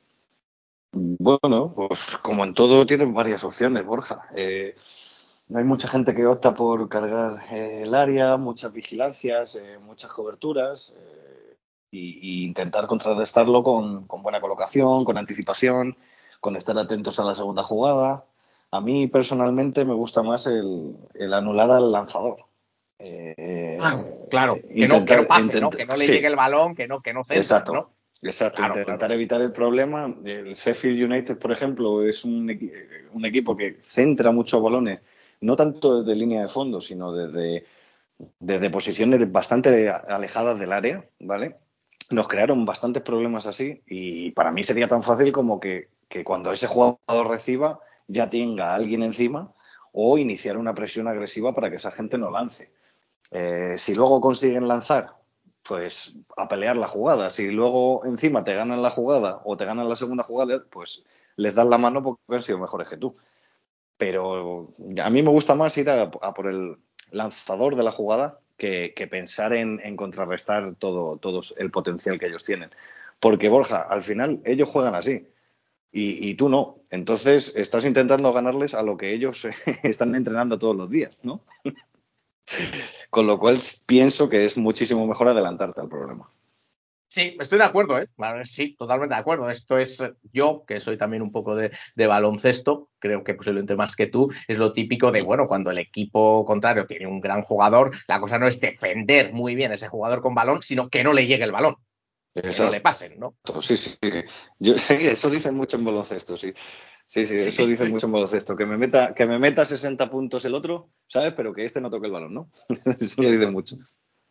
Bueno, pues como en todo tienen varias opciones, Borja. Eh, no hay mucha gente que opta por cargar eh, el área, muchas vigilancias, eh, muchas coberturas eh, y, y intentar contrarrestarlo con, con buena colocación, con anticipación, con estar atentos a la segunda jugada. A mí personalmente me gusta más el, el anular al lanzador. Claro, Eh, claro, que no, que no intentar, pase, ¿no? intent, Que no le llegue sí, el balón, que no, que no centren, exacto, ¿no? exacto. Claro, claro. Intentar evitar el problema. El Sheffield United, por ejemplo, es un, equi- un equipo que centra muchos balones, no tanto desde línea de fondo, sino desde, desde posiciones bastante alejadas del área, ¿vale? Nos crearon bastantes problemas así y para mí sería tan fácil como que, que cuando ese jugador reciba ya tenga a alguien encima o iniciar una presión agresiva para que esa gente no lance. Eh, si luego consiguen lanzar, pues a pelear la jugada. Si luego encima te ganan la jugada o te ganan la segunda jugada, pues les das la mano porque han sido mejores que tú. Pero a mí me gusta más ir a, a por el lanzador de la jugada que, que pensar en, en contrarrestar todo, todo el potencial que ellos tienen. Porque, Borja, al final ellos juegan así. Y, y tú no. Entonces estás intentando ganarles a lo que ellos están entrenando todos los días, ¿no? Con lo cual pienso que es muchísimo mejor adelantarte al problema. Sí, estoy de acuerdo, ¿eh? Sí, totalmente de acuerdo. Esto es yo, que soy también un poco de, de baloncesto, creo que posiblemente más que tú, es lo típico de, bueno, cuando el equipo contrario tiene un gran jugador, la cosa no es defender muy bien a ese jugador con balón, sino que no le llegue el balón, que no le Exacto. pasen, ¿no? Sí, sí. Yo, eso dicen mucho en baloncesto, sí. Sí, sí, Sí, eso dicen sí. mucho en baloncesto. Que me meta, que me meta sesenta puntos el otro, ¿sabes? Pero que este no toque el balón, ¿no? Eso lo dicen Eso. mucho.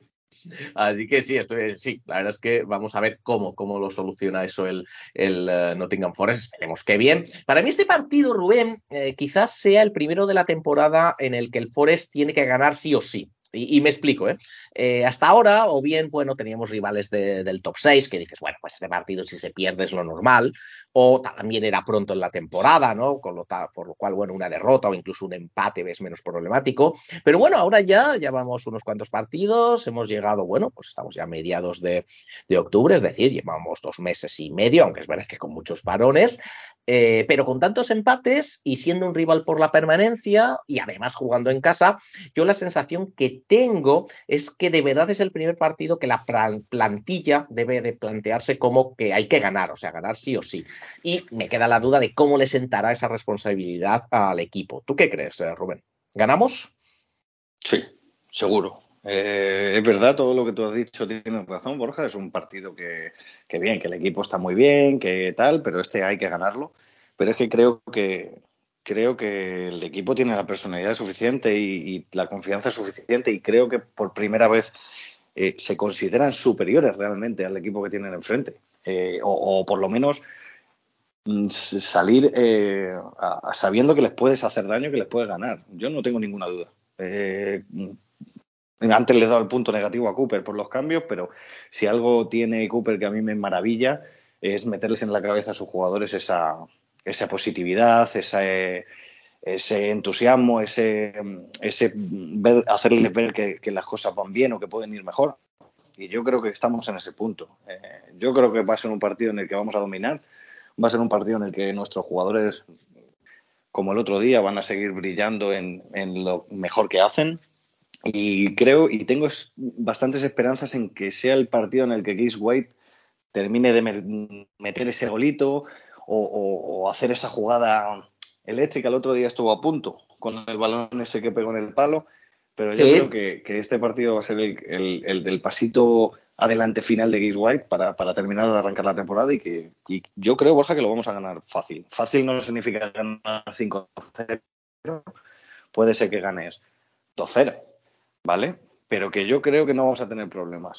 Así que sí, estoy, sí, la verdad es que vamos a ver cómo, cómo lo soluciona eso el, el uh, Nottingham Forest. Esperemos que bien. Para mí este partido, Rubén, eh, quizás sea el primero de la temporada en el que el Forest tiene que ganar sí o sí. Y, y me explico, ¿eh? ¿eh? Hasta ahora, o bien, bueno, teníamos rivales de, del top seis que dices, bueno, pues este partido si se pierde es lo normal, o también era pronto en la temporada, ¿no? Con lo, por lo cual, bueno, una derrota o incluso un empate es menos problemático. Pero bueno, ahora ya, ya vamos unos cuantos partidos, hemos llegado, bueno, pues estamos ya a mediados de, de octubre, es decir, llevamos dos meses y medio, aunque es verdad que con muchos parones, eh, pero con tantos empates y siendo un rival por la permanencia y además jugando en casa, yo la sensación que tengo es que de verdad es el primer partido que la plantilla debe de plantearse como que hay que ganar, o sea, ganar sí o sí. Y me queda la duda de cómo le sentará esa responsabilidad al equipo. ¿Tú qué crees, Rubén? ¿Ganamos? Sí, seguro. Eh, es verdad, todo lo que tú has dicho tienes razón, Borja. Es un partido que, que bien, que el equipo está muy bien, que tal, pero este hay que ganarlo. Pero es que creo que creo que el equipo tiene la personalidad suficiente y, y la confianza suficiente y creo que por primera vez eh, se consideran superiores realmente al equipo que tienen enfrente. Eh, o, o por lo menos mm, salir eh, a, a sabiendo que les puedes hacer daño, que les puedes ganar. Yo no tengo ninguna duda. Eh, Antes le he dado el punto negativo a Cooper por los cambios, pero si algo tiene Cooper que a mí me maravilla es meterles en la cabeza a sus jugadores esa, esa positividad, ese, ese entusiasmo, ese, ese ver, hacerles ver que, que las cosas van bien o que pueden ir mejor. Y yo creo que estamos en ese punto. Eh, yo creo que va a ser un partido en el que vamos a dominar, va a ser un partido en el que nuestros jugadores, como el otro día, van a seguir brillando en, en lo mejor que hacen. Y creo y tengo bastantes esperanzas en que sea el partido en el que Gibbs White termine de meter ese golito o, o, o hacer esa jugada eléctrica. El otro día estuvo a punto con el balón ese que pegó en el palo, pero yo Sí. creo que, que este partido va a ser el, el, el del pasito adelante final de Gibbs White para, para terminar de arrancar la temporada y que y yo creo, Borja, que lo vamos a ganar fácil. Fácil no significa ganar cinco cero, puede ser que ganes dos cero. ¿Vale? Pero que yo creo que no vamos a tener problemas.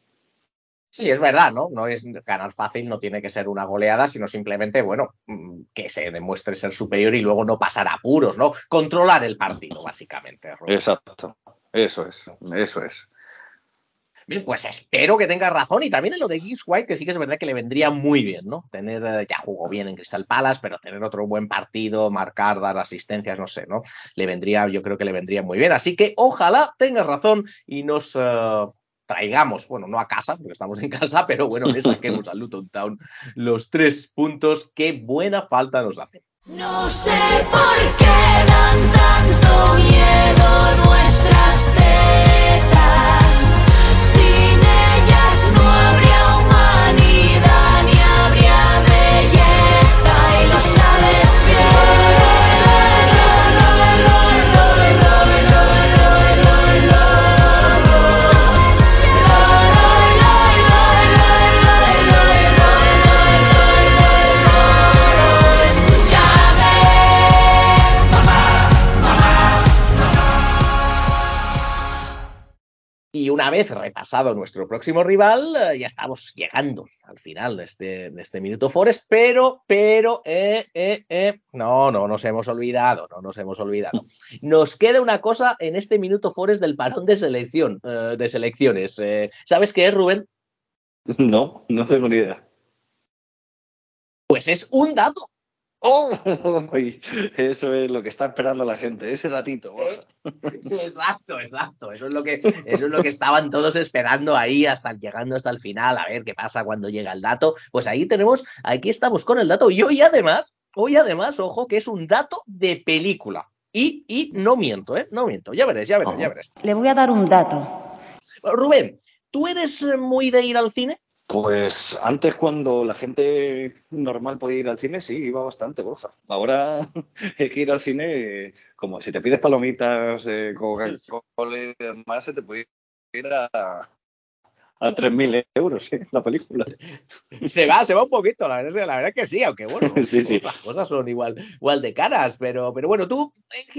Sí, es verdad, ¿no? No es ganar fácil, no tiene que ser una goleada, sino simplemente, bueno, que se demuestre ser superior y luego no pasar apuros, ¿no? Controlar el partido, básicamente, Rubén. Exacto. Eso es, eso es. Bien, pues espero que tengas razón y también en lo de Gibbs White, que sí que es verdad que le vendría muy bien, ¿no? Tener, ya jugó bien en Crystal Palace, pero tener otro buen partido, marcar, dar asistencias, no sé, ¿no? Le vendría, yo creo que le vendría muy bien. Así que ojalá tengas razón y nos uh, traigamos, bueno, no a casa, porque estamos en casa, pero bueno, le saquemos a Luton Town los tres puntos. Qué buena falta nos hacen. No sé por qué dan tanto miedo nuestras tetas. Sin ellas no habría humanidad ni habría belleza y lo sabes bien. Y una vez repasado nuestro próximo rival, eh, ya estamos llegando al final de este, de este Minuto Forest, pero, pero, eh, eh, eh, no, no nos hemos olvidado, no nos hemos olvidado. Nos queda una cosa en este Minuto Forest del parón de selección, eh, de selecciones. Eh, ¿Sabes qué es, Rubén? No, no tengo ni idea. Pues es un dato. ¡Oh! Eso es lo que está esperando la gente, ese datito. Eh, sí, exacto, exacto. Eso es lo que, eso es lo que estaban todos esperando ahí, hasta llegando hasta el final, a ver qué pasa cuando llega el dato. Pues ahí tenemos, aquí estamos con el dato. Y hoy además, hoy además, ojo, que es un dato de película. Y, y no miento, ¿eh? No miento. Ya veréis, ya veréis, ya veréis. Le voy a dar un dato. Rubén, ¿tú eres muy de ir al cine? Pues antes, cuando la gente normal podía ir al cine, sí, iba bastante, Borja. Ahora es que ir al cine, como si te pides palomitas, eh, Coca-Cola y demás, se te puede ir a, a tres mil euros, ¿eh? La película. Se va, se va un poquito, la verdad, la verdad que sí, aunque bueno, Sí, sí. las cosas son igual, igual de caras, pero, pero bueno, tú,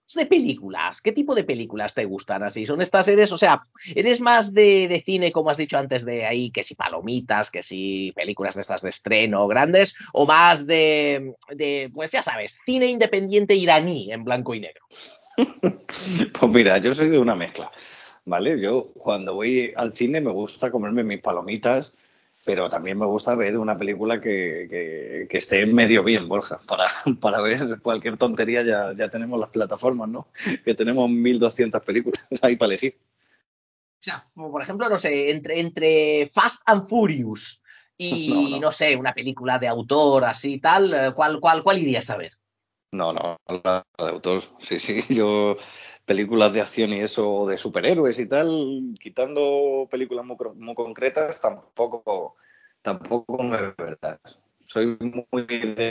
de películas, ¿qué tipo de películas te gustan así? ¿Son estas, eres, o sea, eres más de, de cine, como has dicho antes, de ahí, que si palomitas, que si películas de estas de estreno grandes, o más de, de, pues ya sabes, cine independiente iraní en blanco y negro? Pues mira, yo soy de una mezcla, ¿vale? Yo cuando voy al cine me gusta comerme mis palomitas, pero también me gusta ver una película que, que, que esté medio bien, Borja. Para, para ver cualquier tontería ya, ya tenemos las plataformas, ¿no? Que tenemos mil doscientas películas ahí para elegir. O sea, por ejemplo, no sé, entre, entre Fast and Furious No, y, no, no sé, una película de autor así tal, eh, ¿cuál, cuál, cuál irías a ver? no, no, la de autor. Sí, sí, yo películas de acción y eso, de superhéroes y tal, quitando películas muy, cro- muy concretas, tampoco, tampoco me verás. Soy muy de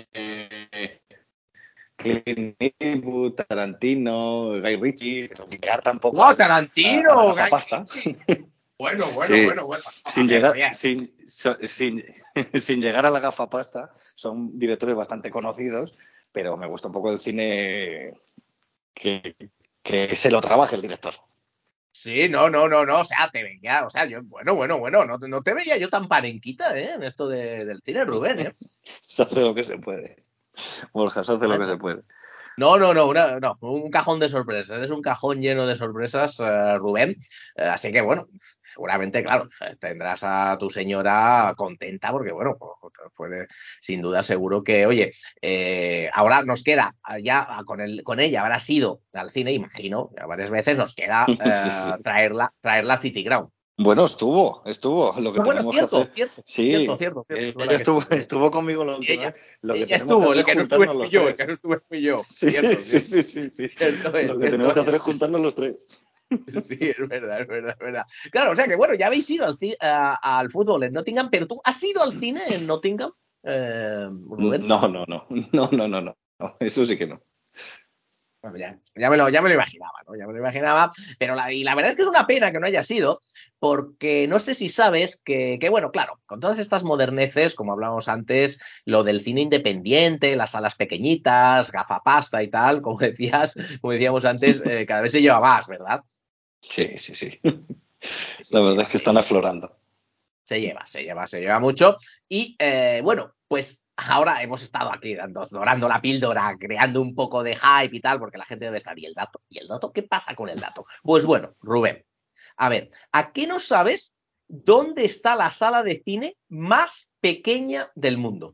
Clint Eastwood, Tarantino, Guy Ritchie, pero sin llegar tampoco ¡Wow, a, a- a la Tarantino! ¡Guy gafapasta. Ritchie! Bueno, bueno, Sí, bueno, bueno. A sin ver, llegar, oye, sin, so- sin, sin llegar a la gafapasta, son directores bastante conocidos, pero me gusta un poco el cine que, que se lo trabaje el director. sí, no, no, no, no, o sea, te veía, o sea, yo, bueno, bueno, bueno, no, no te veía yo tan panenquita, ¿eh? En esto de, del cine, Rubén, ¿eh? Se hace lo que se puede. Borja, se hace lo que se Bueno, puede. no, no, no, una- no, un cajón de sorpresas, eres un cajón lleno de sorpresas, eh, Rubén, Eh, así que bueno, seguramente, claro, eh, tendrás a tu señora contenta porque, bueno, pues, puede, sin duda, seguro que, oye, eh, ahora nos queda ya con, el, con ella, habrá sido al cine, imagino, ya varias veces, nos queda Sí, eh, sí. traerla, traerla a City Ground. Bueno, estuvo, estuvo. Lo que No, bueno, tenemos que cierto, hacer, cierto, cierto, sí, cierto, cierto, es eh, verdad ella que estuvo, estuvo. estuvo conmigo la última Ella, vez. Lo que ella tenemos que estuvo, hacer el es que no estuve juntarnos fui los yo, el tres. que no estuve fui yo. Sí, Cierto, sí, cierto, sí, sí, sí. cierto es, Lo que tenemos cierto que hacer es. es juntarnos los tres. Sí, es verdad, es verdad, es verdad. Claro, o sea que bueno, ya habéis ido al, ci- a- al fútbol en Nottingham, pero tú has ido al cine en Nottingham, eh, Rubén. No, no, no, no, no, no, no, no, eso sí que no. Bueno, ya, ya me lo, ya me lo imaginaba, ¿no? Ya me lo imaginaba, pero la, y la verdad es que es una pena que no haya sido, porque no sé si sabes que, que, bueno, claro, con todas estas moderneces, como hablábamos antes, lo del cine independiente, las salas pequeñitas, gafapasta y tal, como decías, como decíamos antes, eh, cada vez se lleva más, ¿verdad? Sí, sí, sí. Sí, sí, La se verdad lleva, es que se están lleva. aflorando. Se lleva, se lleva, se lleva mucho. Y eh, bueno, pues ahora hemos estado aquí dando, dorando la píldora, creando un poco de hype y tal, porque la gente debe estar. ¿Y el dato? ¿Y el dato? ¿Qué pasa con el dato? Pues bueno, Rubén, a ver, ¿a qué no sabes dónde está la sala de cine más pequeña del mundo?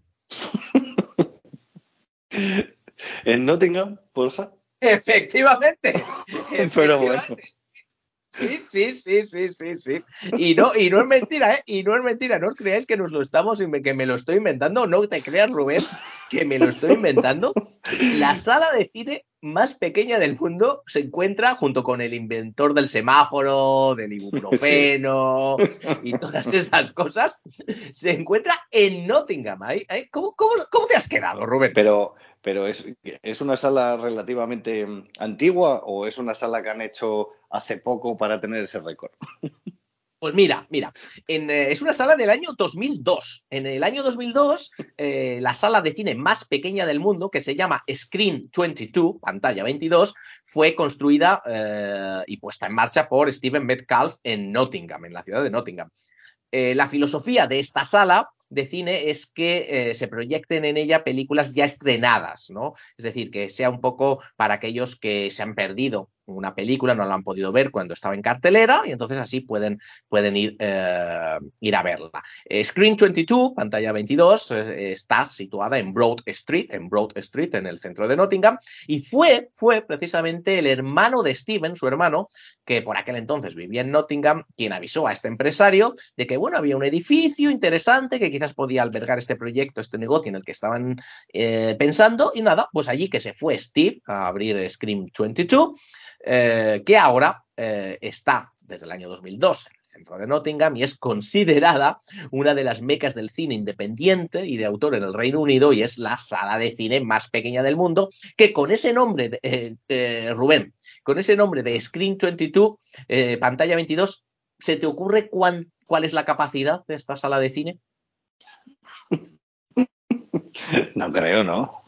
En Nottingham, Borja, Efectivamente, pero bueno. efectivamente. Sí, sí, sí, sí, sí, sí. Y no, y no es mentira, ¿eh? Y no es mentira. No os creáis que nos lo estamos, que me lo estoy inventando. No te creas, Rubén, que me lo estoy inventando. La sala de cine más pequeña del mundo se encuentra junto con el inventor del semáforo, del Sí. ibuprofeno y todas esas cosas. Se encuentra en Nottingham. ¿eh? ¿Eh? ¿Cómo, cómo, cómo te has quedado, Rubén? Pero, pero es, ¿es una sala relativamente mm, antigua o es una sala que han hecho hace poco para tener ese récord? Pues mira, mira, en, eh, es una sala del año dos mil dos. En el año dos mil dos, eh, la sala de cine más pequeña del mundo, que se llama Screen veintidós, pantalla veintidós, fue construida eh, y puesta en marcha por Steven Metcalf en Nottingham, en la ciudad de Nottingham. Eh, la filosofía de esta sala de cine es que eh, se proyecten en ella películas ya estrenadas, ¿no? Es decir, que sea un poco para aquellos que se han perdido una película, no la han podido ver cuando estaba en cartelera y entonces así pueden, pueden ir, eh, ir a verla. Eh, Screen veintidós, pantalla veintidós, eh, está situada en Broad Street, en Broad Street, en el centro de Nottingham, y fue, fue precisamente el hermano de Steven, su hermano, que por aquel entonces vivía en Nottingham, quien avisó a este empresario de que, bueno, había un edificio interesante que quizás podía albergar este proyecto, este negocio en el que estaban eh, pensando, y nada, pues allí que se fue Steve a abrir Scream veintidós, eh, que ahora eh, está desde el año dos mil dos en el centro de Nottingham y es considerada una de las mecas del cine independiente y de autor en el Reino Unido y es la sala de cine más pequeña del mundo, que con ese nombre, eh, eh, Rubén, con ese nombre de Screen veintidós, eh, pantalla veintidós, ¿se te ocurre cuán, cuál es la capacidad de esta sala de cine? No creo, ¿no?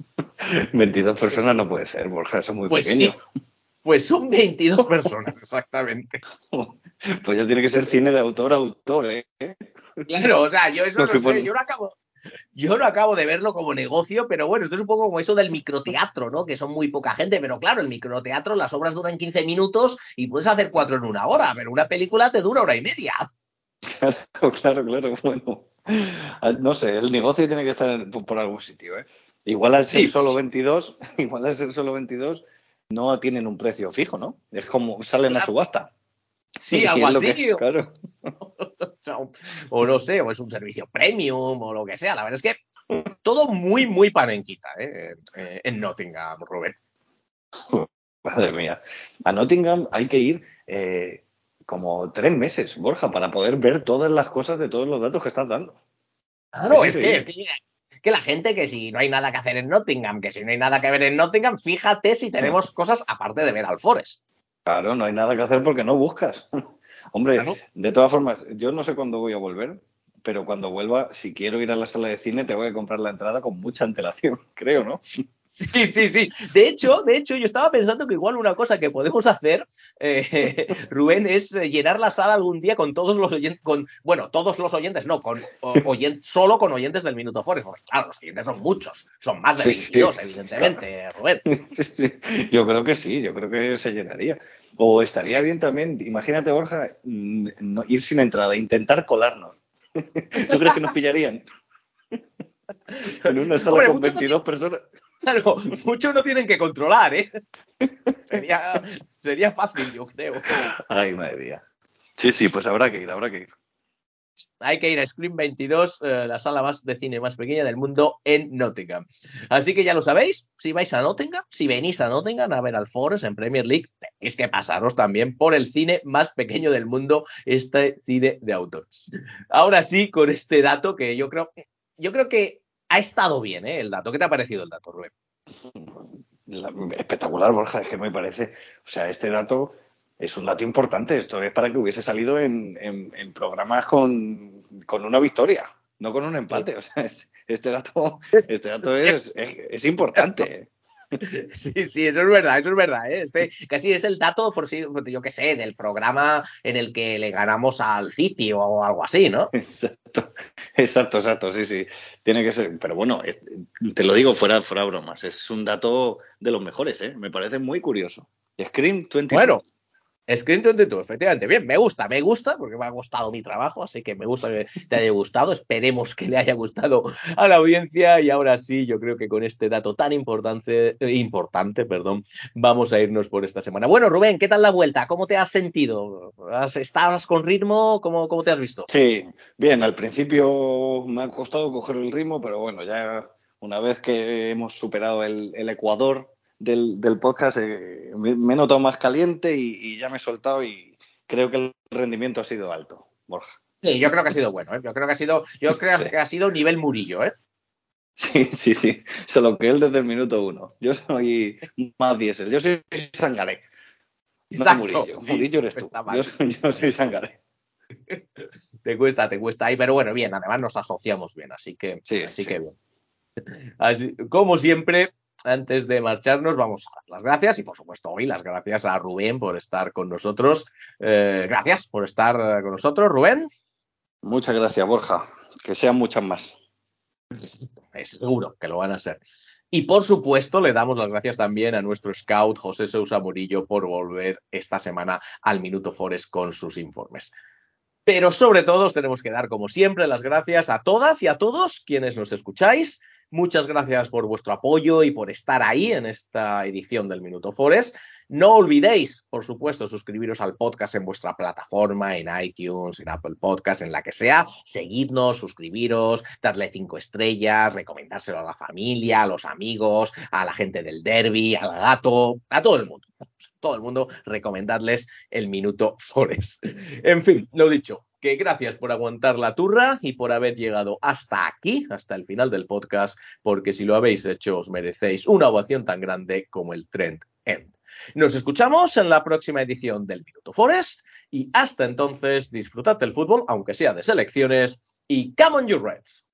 veintidós personas no puede ser, Borja, eso es muy Pues pequeño. sí, pues son veintidós personas, exactamente. Pues ya tiene que ser cine de autor a autor, ¿eh? Claro, o sea, yo eso Lo no que sé, pone- yo no acabo, yo no acabo de verlo como negocio, pero bueno, esto es un poco como eso del microteatro, ¿no? Que son muy poca gente, pero claro, el microteatro, las obras duran quince minutos y puedes hacer cuatro en una hora, pero una película te dura hora y media. Claro, claro, claro, bueno. Ah, no sé, el negocio tiene que estar en- por por algún sitio, ¿eh? Igual al ser Sí, solo sí, veintidós, igual al ser solo veintidós, no tienen un precio fijo, ¿no? Es como salen a claro, subasta. sí, Y algo es lo que, así, o, claro. sea, o- o no sé, o es un servicio premium o lo que sea. La verdad es que todo muy, muy panenquita, ¿eh? En, en Nottingham, Rubén. Madre mía. A Nottingham hay que ir eh, como tres meses, Borja, para poder ver todas las cosas de todos los datos que estás dando. Es Claro, es que, es increíble. que, que la gente que si no hay nada que hacer en Nottingham, que si no hay nada que ver en Nottingham, fíjate si tenemos cosas aparte de ver al Forest. Claro, no hay nada que hacer porque no buscas. Hombre, Claro. de todas formas, yo no sé cuándo voy a volver, pero cuando vuelva, si quiero ir a la sala de cine, tengo que comprar la entrada con mucha antelación, creo, ¿no? Sí, sí, sí, sí. De hecho, de hecho, yo estaba pensando que igual una cosa que podemos hacer, eh, Rubén, es eh, llenar la sala algún día con todos los oyentes, con, bueno, todos los oyentes, no, con o- oyen- solo con oyentes del Minuto Forest, porque claro, los oyentes son muchos, son más de Sí, sí, veintidós, claro. evidentemente, Rubén. Sí, sí. Yo creo que sí, yo creo que se llenaría. O estaría bien también, imagínate, Borja, mm, no- ir sin entrada, intentar colarnos. ¿Tú crees que nos pillarían en una sala Hombre, con muchos no, ti- veintidós personas? claro, muchos no tienen que controlar, ¿eh? Sería, sería fácil, yo creo. Ay, madre mía. Sí, sí, pues habrá que ir, habrá que ir. Hay que ir a Scream veintidós, eh, la sala más de cine más pequeña del mundo en Nottingham. Así que ya lo sabéis, si vais a Nottingham, si venís a Nottingham a ver al Forest en Premier League, tenéis que pasaros también por el cine más pequeño del mundo, este cine de autor. Ahora sí, con este dato que yo creo, yo creo que ha estado bien, ¿eh? El dato. ¿Qué te ha parecido el dato, Rubén? La- espectacular, Borja, es que me parece. O sea, este dato es un dato importante. Esto es para que hubiese salido en, en- en programas con, con una victoria, no con un Sí. empate. O sea, es- este dato, este dato es, es, es importante. Sí, sí, eso es verdad, eso es verdad, ¿eh? Este casi es el dato, por si, yo qué sé, del programa en el que le ganamos al City o algo así, ¿no? Exacto, exacto, exacto, sí, sí. Tiene que ser. Pero bueno, es- te lo digo fuera, fuera bromas. Es un dato de los mejores, ¿eh? Me parece muy curioso. Scream veintidós. Bueno, Screen veintidós, efectivamente. Bien, me gusta, me gusta, porque me ha gustado mi trabajo, así que me gusta que te haya gustado. Esperemos que le haya gustado a la audiencia. Y ahora sí, yo creo que con este dato tan importante, eh, importante, perdón, vamos a irnos por esta semana. Bueno, Rubén, ¿qué tal la vuelta? ¿Cómo te has sentido? ¿Has, ¿Estabas con ritmo? ¿Cómo, cómo te has visto? Sí, bien, al principio me ha costado coger el ritmo, pero bueno, ya una vez que hemos superado el, el ecuador del, del podcast, eh, me, me he notado más caliente y, y ya me he soltado y creo que el rendimiento ha sido alto, Borja. Sí, yo creo que ha sido bueno, ¿eh? Yo creo que ha sido, yo creo Sí, que ha sido nivel Murillo, ¿eh? sí, sí, sí. Solo que él desde el minuto uno. Yo soy más diésel, yo soy Sangaré, no Exacto, Murillo. sí, Murillo eres no tú, está yo mal. soy, yo soy Sangaré. Te cuesta, te cuesta ahí, pero bueno, bien, además nos asociamos bien, así que, Sí, así sí. que bien. Así, como siempre, antes de marcharnos, vamos a dar las gracias y, por supuesto, hoy las gracias a Rubén por estar con nosotros. Eh, gracias por estar eh, con nosotros, Rubén. Muchas gracias, Borja. Que sean muchas más. Es seguro que lo van a ser. Y, por supuesto, le damos las gracias también a nuestro scout José Sousa Murillo por volver esta semana al Minuto Forest con sus informes. Pero sobre todo os tenemos que dar, como siempre, las gracias a todas y a todos quienes nos escucháis. Muchas gracias por vuestro apoyo y por estar ahí en esta edición del Minuto Forest. No olvidéis, por supuesto, suscribiros al podcast en vuestra plataforma, en iTunes, en Apple Podcast, en la que sea. Seguidnos, suscribiros, darle cinco estrellas, recomendárselo a la familia, a los amigos, a la gente del derby, al gato, a todo el mundo. Todo el mundo, recomendarles el Minuto Forest. En fin, lo dicho, que gracias por aguantar la turra y por haber llegado hasta aquí, hasta el final del podcast, porque si lo habéis hecho os merecéis una ovación tan grande como el Trend End. Nos escuchamos en la próxima edición del Minuto Forest y hasta entonces disfrutad del fútbol, aunque sea de selecciones, y come on you Reds.